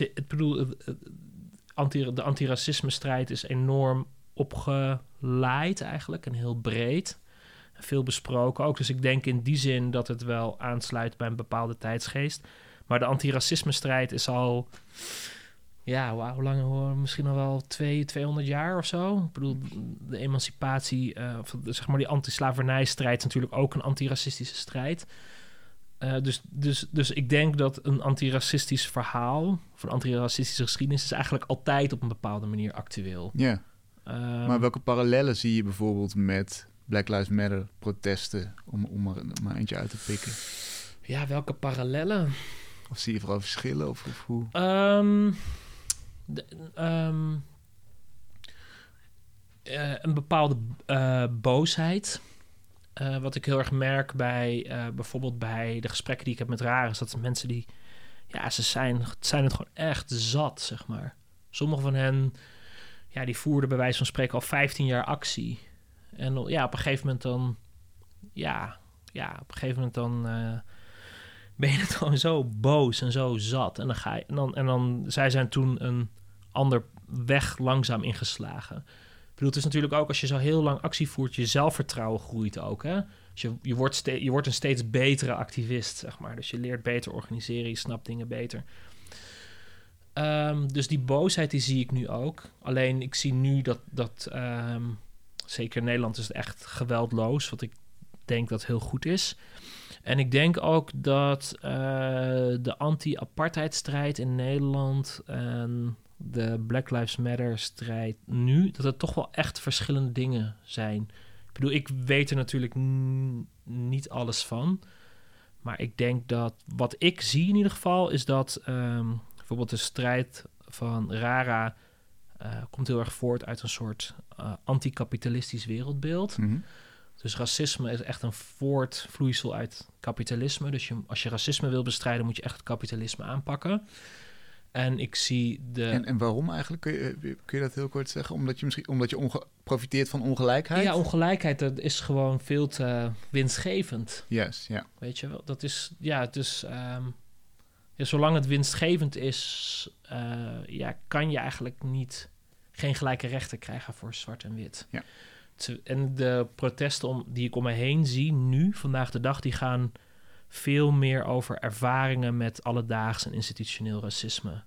de antiracisme-strijd is enorm opgeleid eigenlijk en heel breed. Veel besproken ook. Dus ik denk in die zin dat het wel aansluit bij een bepaalde tijdsgeest. Maar de antiracisme-strijd is al... Ja, hoe lang? Misschien al wel 200 jaar of zo. Ik bedoel, de emancipatie... zeg maar die anti-slavernijstrijd is natuurlijk ook een antiracistische strijd. Dus ik denk dat een antiracistisch verhaal... of een antiracistische geschiedenis... is eigenlijk altijd op een bepaalde manier actueel. Ja. Maar welke parallellen zie je bijvoorbeeld met Black Lives Matter protesten, om er maar eentje uit te pikken? Ja, welke parallellen? Of zie je vooral verschillen? Of hoe? Een bepaalde boosheid. Wat ik heel erg merk bij bijvoorbeeld bij de gesprekken die ik heb met RARA, is dat mensen die, ze zijn het gewoon echt zat, zeg maar. Sommige van hen, die voerden bij wijze van spreken al 15 jaar actie. En op een gegeven moment dan, ben je het gewoon zo boos en zo zat. En dan zij zijn toen een ander weg langzaam ingeslagen. bedoel, het is natuurlijk ook als je zo heel lang actie voert, je zelfvertrouwen groeit ook. Hè? Dus je wordt een steeds betere activist, zeg maar. Dus je leert beter organiseren, je snapt dingen beter. Dus die boosheid die zie ik nu ook. Alleen ik zie nu dat zeker in Nederland is het echt geweldloos, wat ik denk dat heel goed is. En ik denk ook dat de anti-apartheidstrijd in Nederland en de Black Lives Matter strijd nu, dat het toch wel echt verschillende dingen zijn. Ik bedoel, ik weet er natuurlijk niet alles van. Maar ik denk dat wat ik zie in ieder geval is dat bijvoorbeeld de strijd van Rara komt heel erg voort uit een soort anticapitalistisch wereldbeeld. Mm-hmm. Dus racisme is echt een voortvloeisel uit kapitalisme. Dus als je racisme wil bestrijden, moet je echt het kapitalisme aanpakken. En ik zie de... En waarom eigenlijk? Kun je dat heel kort zeggen? Omdat je profiteert van ongelijkheid? Ja, ongelijkheid, dat is gewoon veel te winstgevend. Yes, ja. Weet je wel? Dat is... Ja, dus... zolang het winstgevend is... kan je eigenlijk geen gelijke rechten krijgen voor zwart en wit. Ja. En de protesten die ik om me heen zie nu, vandaag de dag, die gaan veel meer over ervaringen met alledaags en institutioneel racisme.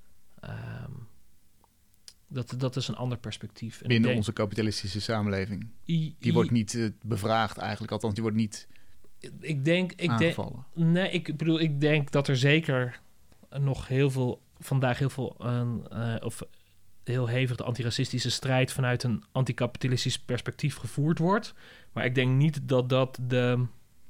Dat is een ander perspectief. En binnen onze kapitalistische samenleving. Die wordt niet bevraagd eigenlijk, althans die wordt niet aangevallen. Ik denk dat er zeker nog vandaag heel veel heel hevig de antiracistische strijd vanuit een anticapitalistisch perspectief gevoerd wordt. Maar ik denk niet dat dat de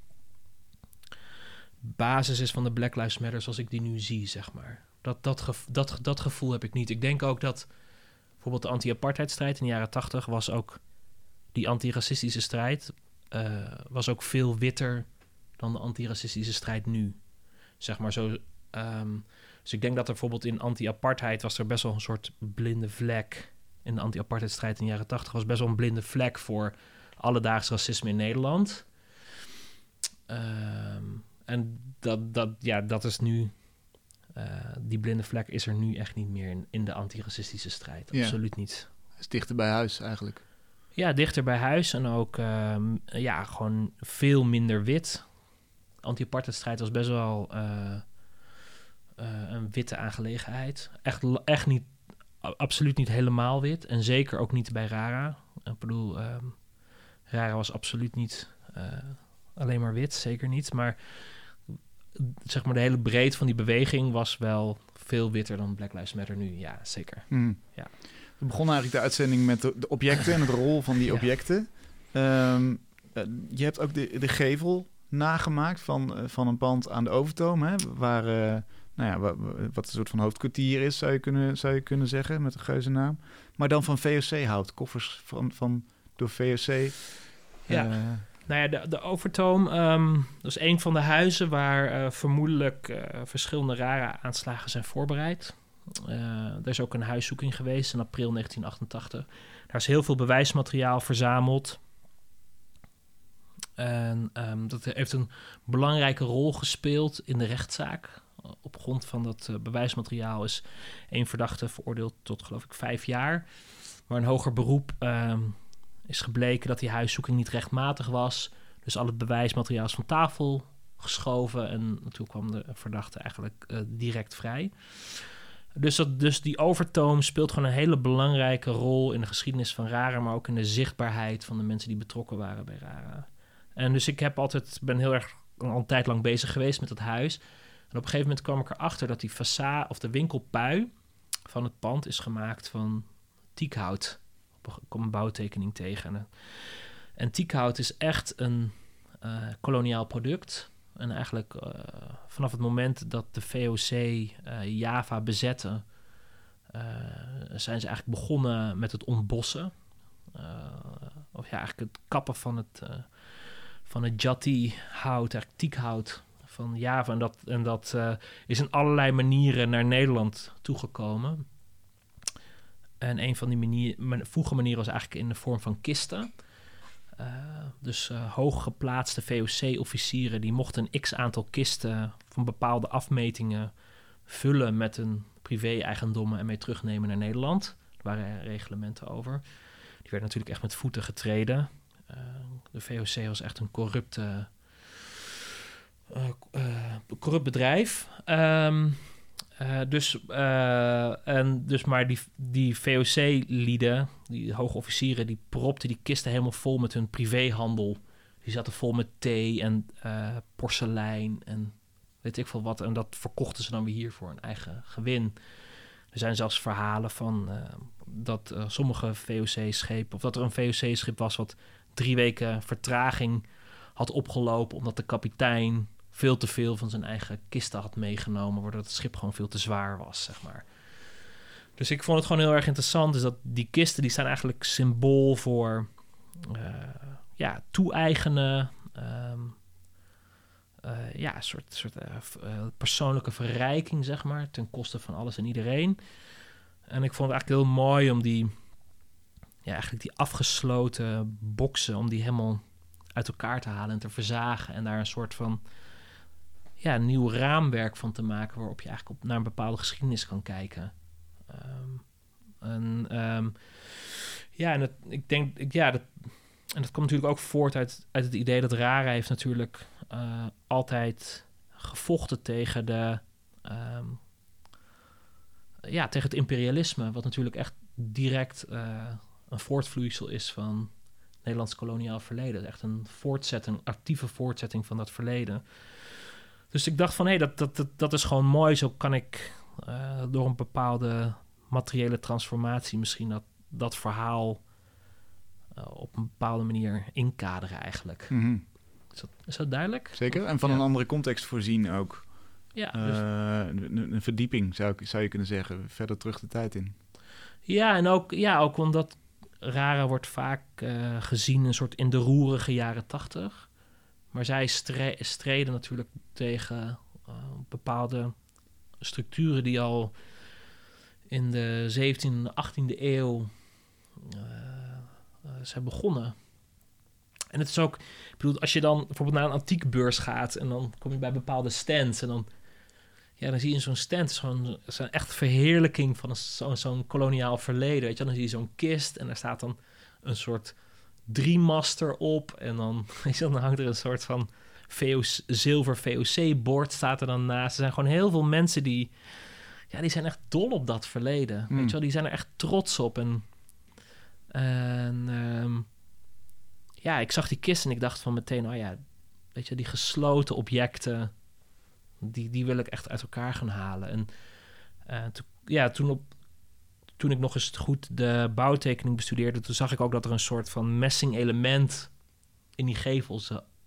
basis is van de Black Lives Matter zoals ik die nu zie, zeg maar. Dat gevoel heb ik niet. Ik denk ook dat bijvoorbeeld de anti-apartheidstrijd in de jaren 80 was ook... Die antiracistische strijd was ook veel witter dan de antiracistische strijd nu. Zeg maar zo... Dus ik denk dat er bijvoorbeeld in anti-apartheid was er best wel een soort blinde vlek. In de anti-apartheidstrijd in de jaren 80 was best wel een blinde vlek voor alledaags racisme in Nederland. En dat is nu... die blinde vlek is er nu echt niet meer in de antiracistische strijd. Absoluut niet. Het is dichter bij huis eigenlijk. Ja, dichter bij huis en ook gewoon veel minder wit. Anti-apartheidstrijd was best wel... een witte aangelegenheid. Echt niet, absoluut niet helemaal wit. En zeker ook niet bij Rara. Ik bedoel, Rara was absoluut niet alleen maar wit, zeker niet. Maar zeg maar de hele breedte van die beweging was wel veel witter dan Black Lives Matter nu. Ja, zeker. Mm. Ja. We begonnen eigenlijk de uitzending met de objecten en het rol van die objecten. Je hebt ook de gevel nagemaakt van een pand aan de Overtoom, hè, waar... wat een soort van hoofdkwartier is, zou je kunnen zeggen, met een geuze naam. Maar dan van VOC-hout, koffers door VOC. Ja, de Overtoom, dat is een van de huizen waar vermoedelijk verschillende rare aanslagen zijn voorbereid. Er is ook een huiszoeking geweest in april 1988. Daar is heel veel bewijsmateriaal verzameld. En dat heeft een belangrijke rol gespeeld in de rechtszaak. Op grond van dat bewijsmateriaal is één verdachte veroordeeld tot, geloof ik, 5 jaar. Maar een hoger beroep is gebleken dat die huiszoeking niet rechtmatig was. Dus al het bewijsmateriaal is van tafel geschoven. En toen kwam de verdachte eigenlijk direct vrij. Dus die Overtoom speelt gewoon een hele belangrijke rol in de geschiedenis van Rara, maar ook in de zichtbaarheid van de mensen die betrokken waren bij Rara. En dus ik ben heel erg al een tijd lang bezig geweest met dat huis. En op een gegeven moment kwam ik erachter dat die façade of de winkelpui van het pand is gemaakt van teakhout. Ik kom een bouwtekening tegen. En teakhout is echt een koloniaal product. En eigenlijk vanaf het moment dat de VOC Java bezette, zijn ze eigenlijk begonnen met het ontbossen. Eigenlijk het kappen van het jati-hout, eigenlijk teakhout van Java. En dat is in allerlei manieren naar Nederland toegekomen. En een van die vroege manieren was eigenlijk in de vorm van kisten. Dus hooggeplaatste VOC-officieren die mochten een x-aantal kisten van bepaalde afmetingen vullen met hun privé-eigendommen en mee terugnemen naar Nederland. Er waren reglementen over. Die werd natuurlijk echt met voeten getreden. De VOC was echt een corrupt bedrijf. Maar die VOC-lieden, die hoge officieren, die propten die kisten helemaal vol met hun privéhandel. Die zaten vol met thee en porselein en weet ik veel wat. En dat verkochten ze dan weer hier voor een eigen gewin. Er zijn zelfs verhalen van dat sommige VOC-schepen, of dat er een VOC-schip was wat 3 weken vertraging had opgelopen, omdat de kapitein veel te veel van zijn eigen kisten had meegenomen, waardoor het schip gewoon veel te zwaar was, zeg maar. Dus ik vond het gewoon heel erg interessant. Dus dat die kisten, die staan eigenlijk symbool voor toe-eigenen, een soort persoonlijke verrijking, zeg maar, ten koste van alles en iedereen. En ik vond het eigenlijk heel mooi om die afgesloten boksen, om die helemaal uit elkaar te halen en te verzagen en daar een soort van nieuw raamwerk van te maken, waarop je eigenlijk naar een bepaalde geschiedenis kan kijken. Dat komt natuurlijk ook voort uit het idee dat Rara heeft natuurlijk altijd gevochten tegen tegen het imperialisme, wat natuurlijk echt direct een voortvloeisel is van Nederlands koloniaal verleden. Echt een actieve voortzetting van dat verleden. Dus ik dacht van, dat is gewoon mooi. Zo kan ik door een bepaalde materiële transformatie misschien dat verhaal op een bepaalde manier inkaderen eigenlijk. Mm-hmm. Is dat duidelijk? Zeker, en van een andere context voorzien ook. Ja, een verdieping zou je kunnen zeggen, verder terug de tijd in. Ja, en ook omdat Rara wordt vaak gezien een soort in de roerige jaren 80. Maar zij streden natuurlijk tegen bepaalde structuren die al in de 17e en 18e eeuw zijn begonnen. En het is ook, ik bedoel, als je dan bijvoorbeeld naar een antiekbeurs gaat en dan kom je bij bepaalde stands en dan zie je in zo'n stand zo'n echt verheerlijking van zo'n koloniaal verleden. Weet je, dan zie je zo'n kist en daar staat dan een soort 3-master op en dan hangt er een soort van zilver VOC-bord staat er dan naast. Er zijn gewoon heel veel mensen die zijn echt dol op dat verleden. Weet je wel, die zijn er echt trots op. Ik zag die kist en ik dacht van meteen, weet je, die gesloten objecten, die wil ik echt uit elkaar gaan halen. En toen ik nog eens goed de bouwtekening bestudeerde, toen zag ik ook dat er een soort van messing element in die gevel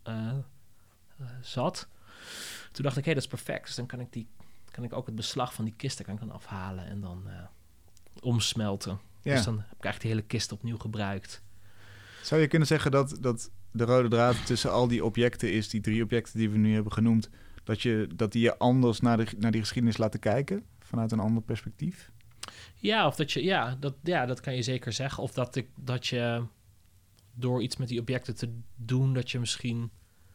zat. Toen dacht ik, dat is perfect. Dus dan kan ik ook het beslag van die kisten kan ik dan afhalen en dan omsmelten. Ja. Dus dan heb ik eigenlijk de hele kist opnieuw gebruikt. Zou je kunnen zeggen dat de rode draad tussen al die objecten is, die 3 objecten die we nu hebben genoemd, dat die je anders naar die geschiedenis laten kijken, vanuit een ander perspectief? Ja, of dat kan je zeker zeggen. Of dat je door iets met die objecten te doen, dat je misschien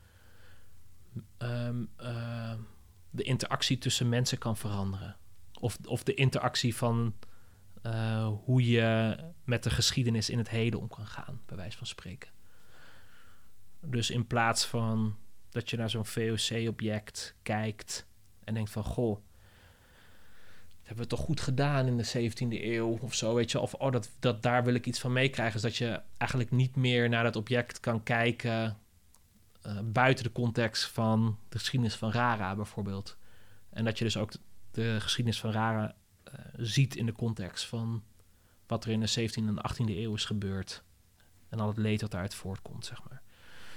de interactie tussen mensen kan veranderen. Of de interactie van hoe je met de geschiedenis in het heden om kan gaan, bij wijze van spreken. Dus in plaats van dat je naar zo'n VOC-object kijkt en denkt van, goh, dat hebben we toch goed gedaan in de 17e eeuw of zo, weet je. Of daar wil ik iets van meekrijgen. Dus dat je eigenlijk niet meer naar dat object kan kijken buiten de context van de geschiedenis van Rara bijvoorbeeld. En dat je dus ook de geschiedenis van Rara ziet in de context van wat er in de 17e en 18e eeuw is gebeurd. En al het leed dat daaruit voortkomt, zeg maar.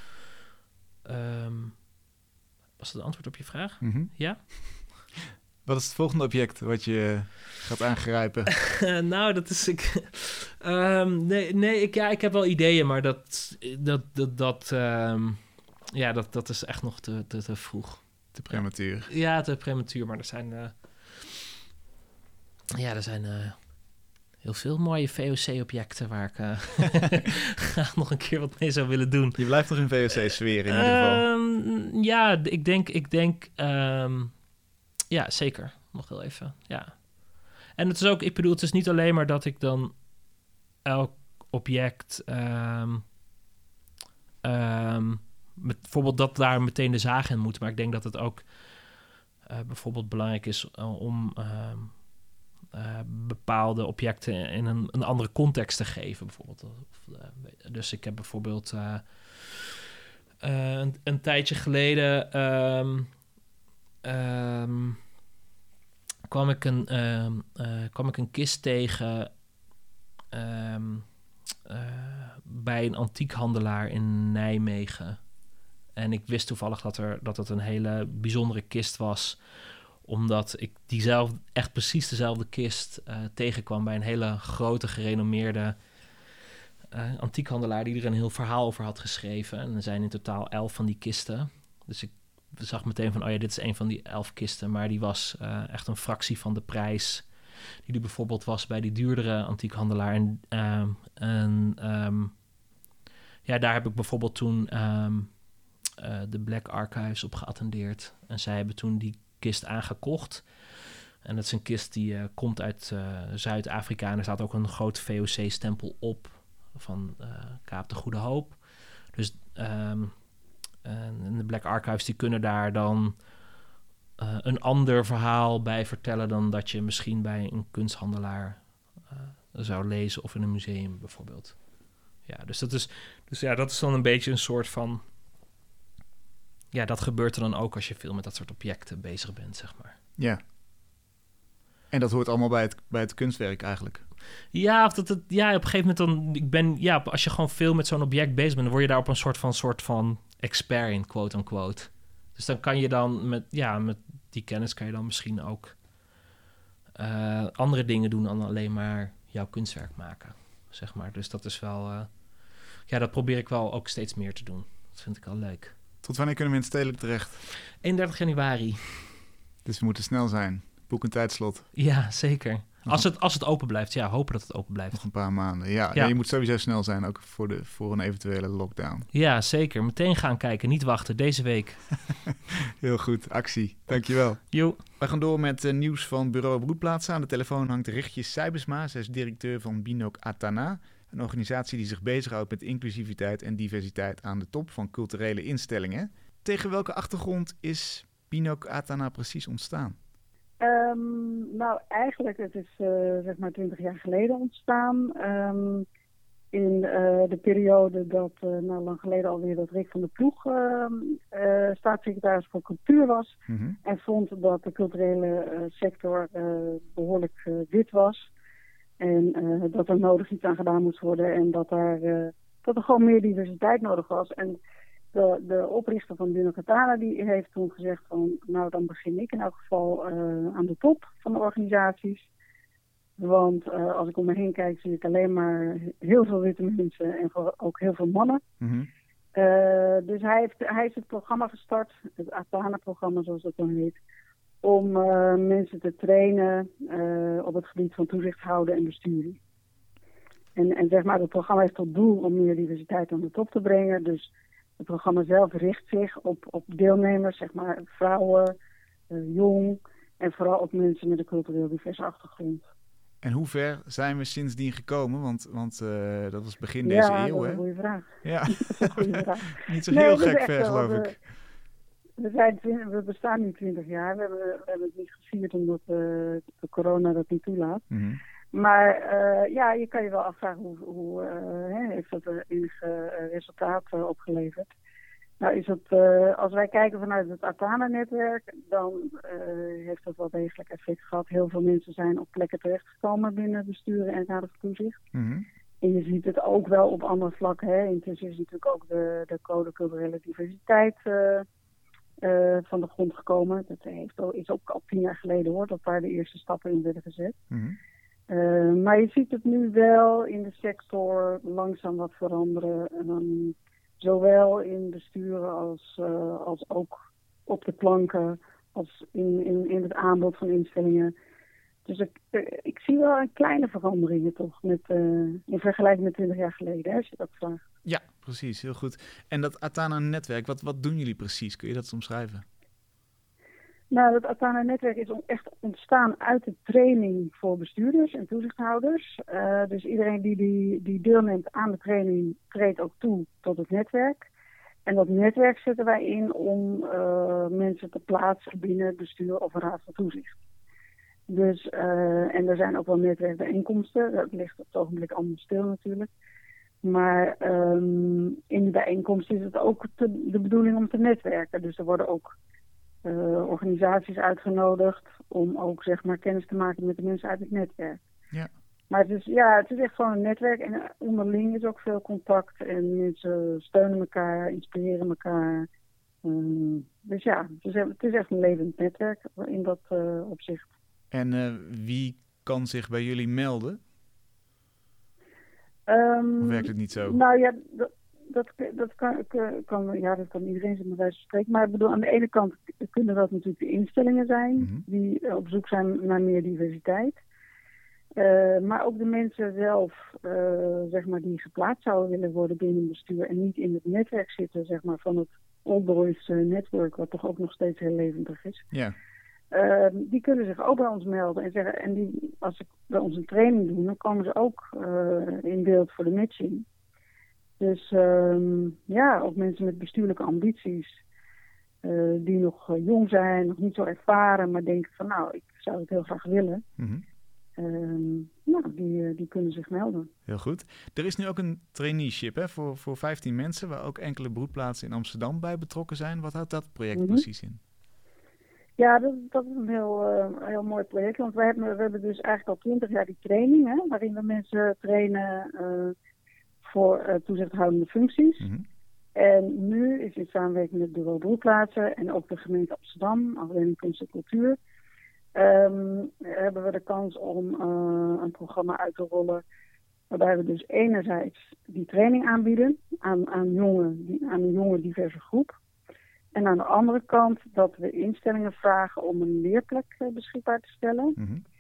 Was dat het antwoord op je vraag? Mm-hmm. Ja? Wat is het volgende object wat je gaat aangrijpen? Dat is... ik heb wel ideeën, maar dat is echt nog te vroeg. Te prematuur. Ja, te prematuur, maar er zijn heel veel mooie VOC-objecten waar ik graag nog een keer wat mee zou willen doen. Je blijft nog in VOC-sfeer in ieder geval. Ja, ik denk ja, zeker. Nog heel even, ja. En het is ook, ik bedoel, het is niet alleen maar dat ik dan object... bijvoorbeeld dat daar meteen de zaag in moet. Maar ik denk dat het ook bijvoorbeeld belangrijk is om bepaalde objecten in een andere context te geven. Bijvoorbeeld. Dus ik heb bijvoorbeeld een tijdje geleden kwam ik een kist tegen bij een antiekhandelaar in Nijmegen. En ik wist toevallig dat het een hele bijzondere kist was, omdat ik echt precies dezelfde kist tegenkwam bij een hele grote, gerenommeerde antiekhandelaar die er een heel verhaal over had geschreven. En er zijn in totaal 11 van die kisten. Dus ik zag meteen van, dit is een van die 11 kisten, maar die was echt een fractie van de prijs die er bijvoorbeeld was bij die duurdere antiekhandelaar. Daar heb ik bijvoorbeeld toen de Black Archives op geattendeerd. En zij hebben toen die kist aangekocht. En dat is een kist die komt uit Zuid-Afrika. En er staat ook een groot VOC-stempel op van Kaap de Goede Hoop. Dus en de Black Archives die kunnen daar dan een ander verhaal bij vertellen dan dat je misschien bij een kunsthandelaar zou lezen of in een museum bijvoorbeeld. Ja, dus dat is dan een beetje een soort van... Ja, dat gebeurt er dan ook als je veel met dat soort objecten bezig bent, zeg maar. Ja. En dat hoort allemaal bij het kunstwerk eigenlijk. Ja, op een gegeven moment als je gewoon veel met zo'n object bezig bent, dan word je daar op een soort van expert in, quote-unquote. Dus dan kan je dan met die kennis kan je dan misschien ook andere dingen doen dan alleen maar jouw kunstwerk maken, zeg maar. Dus dat is wel... dat probeer ik wel ook steeds meer te doen. Dat vind ik wel leuk. Tot wanneer kunnen we in het Stedelijk terecht? 31 januari. Dus we moeten snel zijn. Boek een tijdslot. Ja, zeker. Als het open blijft, hopen dat het open blijft. Nog een paar maanden, ja. Je moet sowieso snel zijn, ook voor een eventuele lockdown. Ja, zeker. Meteen gaan kijken, niet wachten, deze week. Heel goed, actie. Dankjewel. Jo. Wij gaan door met nieuws van Bureau Broedplaatsen. Aan de telefoon hangt Richtje Sijbesma. Zij is directeur van Binok Atana, een organisatie die zich bezighoudt met inclusiviteit en diversiteit aan de top van culturele instellingen. Tegen welke achtergrond is Binok Atana precies ontstaan? Eigenlijk, het is 20 jaar geleden ontstaan. In de periode dat, lang geleden alweer, dat Rick van der Ploeg staatssecretaris voor cultuur was. Mm-hmm. En vond dat de culturele sector behoorlijk wit was. En dat er nodig iets aan gedaan moest worden. En dat er gewoon meer diversiteit nodig was. En de oprichter van Binok Atana die heeft toen gezegd van, dan begin ik in elk geval aan de top van de organisaties. Want als ik om me heen kijk, zie ik alleen maar heel veel witte mensen en ook heel veel mannen. Mm-hmm. Dus hij heeft het programma gestart, het Atana-programma zoals dat dan heet, om mensen te trainen op het gebied van toezicht houden en besturing. En zeg maar, het programma heeft tot doel om meer diversiteit aan de top te brengen. Dus het programma zelf richt zich op deelnemers, zeg maar vrouwen, jong en vooral ook mensen met een cultureel diverse achtergrond. En hoe ver zijn we sindsdien gekomen? Want dat was begin deze eeuw, hè? Ja, dat is een goede vraag. Ja, dat is een goede vraag. Niet zo heel gek ver, geloof ik. We bestaan nu 20 jaar. We hebben het niet gevierd omdat de corona dat niet toelaat. Mm-hmm. Maar je kan je wel afvragen hoe heeft dat enige resultaat opgeleverd. Nou is het, als wij kijken vanuit het Atana-netwerk, dan heeft dat wel degelijk effect gehad. Heel veel mensen zijn op plekken terechtgekomen binnen besturen en raden van toezicht. Mm-hmm. En je ziet het ook wel op andere vlakken. Hè. Intussen is natuurlijk ook de code culturele diversiteit van de grond gekomen. Dat is ook al 10 jaar geleden hoor, dat daar de eerste stappen in werden gezet. Mm-hmm. Maar je ziet het nu wel in de sector langzaam wat veranderen. Zowel in besturen als ook op de planken, als in het aanbod van instellingen. Dus ik zie wel een kleine veranderingen toch, in vergelijking met 20 jaar geleden, als je dat vraagt. Ja, precies, heel goed. En dat Atana-netwerk, wat doen jullie precies? Kun je dat omschrijven? Nou, het Atana-netwerk is echt ontstaan uit de training voor bestuurders en toezichthouders. Dus iedereen die deelneemt aan de training treedt ook toe tot het netwerk. En dat netwerk zetten wij in om mensen te plaatsen binnen het bestuur of een raad van toezicht. Dus, en er zijn ook wel netwerkbijeenkomsten. Dat ligt op het ogenblik allemaal stil natuurlijk. Maar in de bijeenkomst is het ook de bedoeling om te netwerken. Dus er worden ook organisaties uitgenodigd om ook zeg maar kennis te maken met de mensen uit het netwerk. Ja. Maar het is echt gewoon een netwerk en onderling is ook veel contact en mensen steunen elkaar, inspireren elkaar. Dus ja, het is echt een levend netwerk in dat opzicht. En wie kan zich bij jullie melden? Of werkt het niet zo? Nou ja, dat kan iedereen zich met wijze van spreken. Maar ik bedoel, aan de ene kant kunnen dat natuurlijk de instellingen zijn die op zoek zijn naar meer diversiteit. Maar ook de mensen zelf, zeg maar, die geplaatst zouden willen worden binnen een bestuur en niet in het netwerk zitten, zeg maar, van het Old Boys Network, wat toch ook nog steeds heel levendig is. Ja. Die kunnen zich ook bij ons melden en zeggen, en als ze bij ons een training doen, dan komen ze ook in beeld voor de matching. Dus ook mensen met bestuurlijke ambities, die nog jong zijn, nog niet zo ervaren, maar denken van nou, ik zou het heel graag willen. Die kunnen zich melden. Heel goed. Er is nu ook een traineeship voor 15 mensen, waar ook enkele broedplaatsen in Amsterdam bij betrokken zijn. Wat houdt dat project precies in? Ja, dat is een heel mooi project. Want we hebben dus eigenlijk al 20 jaar die training, waarin we mensen trainen voor toezichthoudende functies. En nu is in samenwerking met het bureau broedplaatsen en ook de gemeente Amsterdam, afdeling kunst en cultuur, hebben we de kans om een programma uit te rollen waarbij we dus enerzijds die training aanbieden aan een jonge diverse groep. En aan de andere kant dat we instellingen vragen om een leerplek beschikbaar te stellen.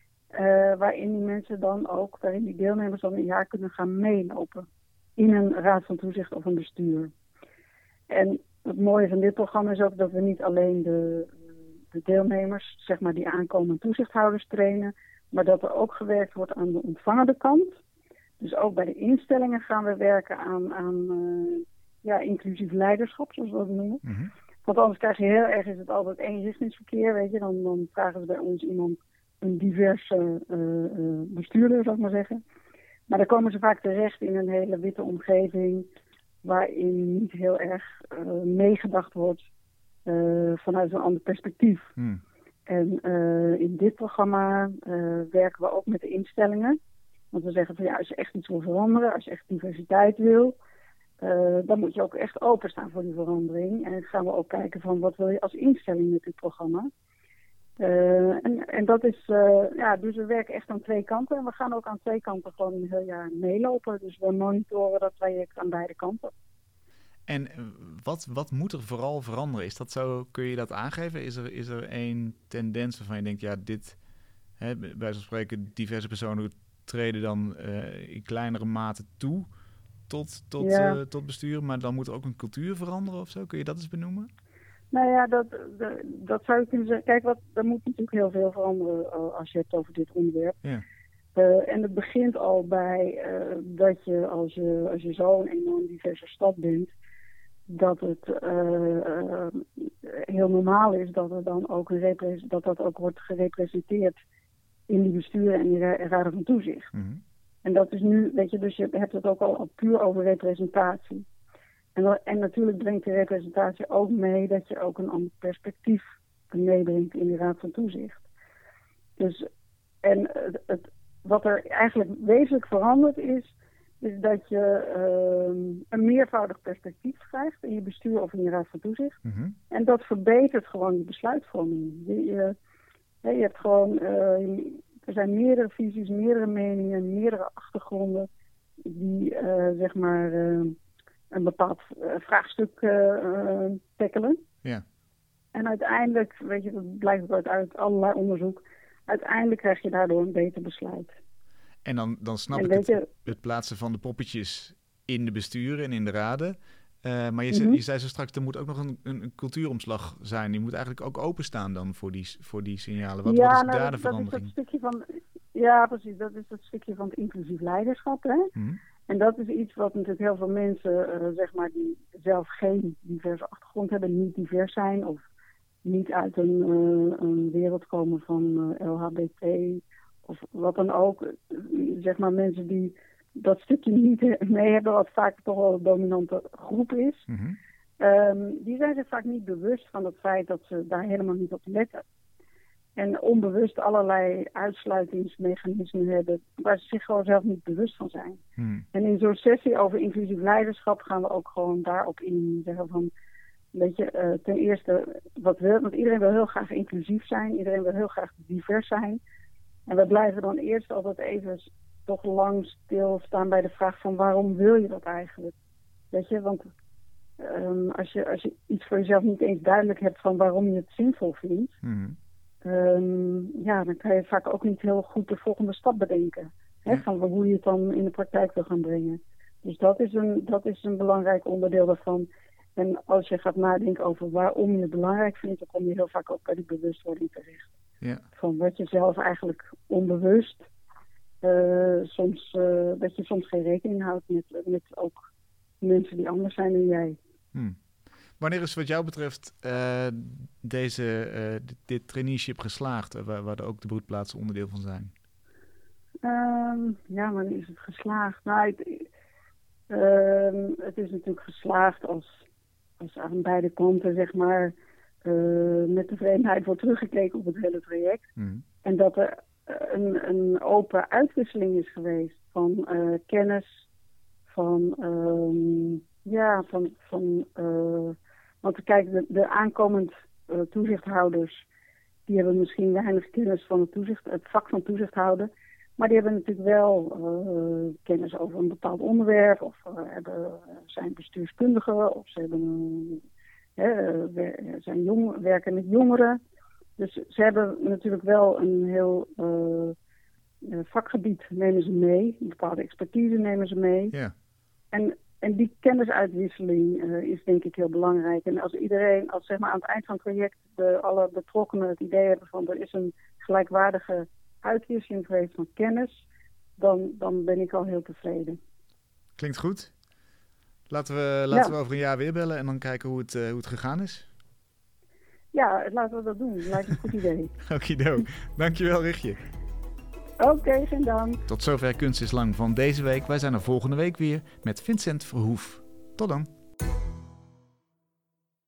Waarin die deelnemers dan een jaar kunnen gaan meelopen in een raad van toezicht of een bestuur. En het mooie van dit programma is ook dat we niet alleen de deelnemers, zeg maar, die aankomen toezichthouders trainen, maar dat er ook gewerkt wordt aan de ontvangende kant. Dus ook bij de instellingen gaan we werken aan inclusief leiderschap, zoals we dat noemen. Want anders krijg je heel erg, is het altijd eenrichtingsverkeer, weet je. Dan vragen ze bij ons iemand een diverse bestuurder, zou ik maar zeggen. Maar dan komen ze vaak terecht in een hele witte omgeving, waarin niet heel erg meegedacht wordt vanuit een ander perspectief. En in dit programma werken we ook met de instellingen. Want we zeggen van ja, als je echt iets wil veranderen, als je echt diversiteit wil, dan moet je ook echt openstaan voor die verandering. En dan gaan we ook kijken van wat wil je als instelling met dit programma. En dat is, dus we werken echt aan twee kanten. En we gaan ook aan twee kanten gewoon een heel jaar meelopen. Dus we monitoren dat traject aan beide kanten. En wat moet er vooral veranderen? Is dat zo, kun je dat aangeven? Is er één tendens waarvan je denkt, ja, dit, bij wijze van spreken, diverse personen treden dan in kleinere mate toe tot bestuur, maar dan moet er ook een cultuur veranderen of zo? Kun je dat eens benoemen? Nou ja, dat zou je kunnen zeggen. Kijk, er moet natuurlijk heel veel veranderen als je het over dit onderwerp. Ja. En het begint al bij dat je als je zo'n enorm diverse stad bent, dat het heel normaal is dat er dan ook dat ook wordt gerepresenteerd in die besturen en die raden van toezicht. En dat is nu, weet je, dus je hebt het ook al puur over representatie. En natuurlijk brengt die representatie ook mee dat je ook een ander perspectief meebrengt in die raad van toezicht. Dus, en wat er eigenlijk wezenlijk veranderd is dat je een meervoudig perspectief krijgt in je bestuur of in je raad van toezicht. En dat verbetert gewoon je besluitvorming. Je hebt gewoon, er zijn meerdere visies, meerdere meningen, meerdere achtergronden die zeg maar een bepaald vraagstuk tackelen. Ja. En uiteindelijk, weet je, dat blijkt ook uit allerlei onderzoek, uiteindelijk krijg je daardoor een beter besluit. En dan snap ik het plaatsen van de poppetjes in de besturen en in de raden. Maar je zei zo straks, er moet ook nog een cultuuromslag zijn. Die moet eigenlijk ook openstaan dan voor die signalen. Wat is daar de verandering? Dat is dat stukje van, ja, precies. Dat is dat stukje van het inclusief leiderschap. Hè? Mm-hmm. En dat is iets wat natuurlijk heel veel mensen, die zelf geen diverse achtergrond hebben, niet divers zijn of niet uit een wereld komen van LHBT of wat dan ook. Mensen die dat stukje niet mee hebben, wat vaak toch wel een dominante groep is. Mm-hmm. Die zijn zich vaak niet bewust van het feit dat ze daar helemaal niet op letten. En onbewust allerlei uitsluitingsmechanismen hebben waar ze zich gewoon zelf niet bewust van zijn. En in zo'n sessie over inclusief leiderschap gaan we ook gewoon daarop in. Zeggen van, ten eerste, want iedereen wil heel graag inclusief zijn. Iedereen wil heel graag divers zijn. En we blijven dan eerst altijd even toch lang stilstaan bij de vraag van waarom wil je dat eigenlijk? Want als je iets voor jezelf niet eens duidelijk hebt van waarom je het zinvol vindt, dan kan je vaak ook niet heel goed de volgende stap bedenken. Van hoe je het dan in de praktijk wil gaan brengen. Dus dat is een belangrijk onderdeel daarvan. En als je gaat nadenken over waarom je het belangrijk vindt, dan kom je heel vaak ook bij die bewustwording terecht. Ja. Van wat je zelf eigenlijk onbewust, dat je soms geen rekening houdt met ook mensen die anders zijn dan jij. Wanneer is wat jou betreft dit traineeship geslaagd, waar ook de broedplaatsen onderdeel van zijn? Wanneer is het geslaagd? Nou, het is natuurlijk geslaagd als aan beide kanten, met tevredenheid wordt teruggekeken op het hele traject. En dat er een open uitwisseling is geweest van kennis, want kijk, de aankomend toezichthouders, die hebben misschien weinig kennis van het vak van toezichthouder, maar die hebben natuurlijk wel kennis over een bepaald onderwerp, of zijn bestuurskundigen, of ze hebben, werken met jongeren. Dus ze hebben natuurlijk wel een heel vakgebied nemen ze mee, een bepaalde expertise nemen ze mee. Yeah. En die kennisuitwisseling is denk ik heel belangrijk. En als aan het eind van het project alle betrokkenen het idee hebben van er is een gelijkwaardige uitwisseling geweest van kennis, dan ben ik al heel tevreden. Klinkt goed. Laten we over een jaar weer bellen en dan kijken hoe het gegaan is. Ja, laten we dat doen. Lijkt me een goed idee. Okido. Dankjewel, Richtje. Oké, geen dank. Tot zover Kunst is Lang van deze week. Wij zijn er volgende week weer met Vincent Verhoef. Tot dan.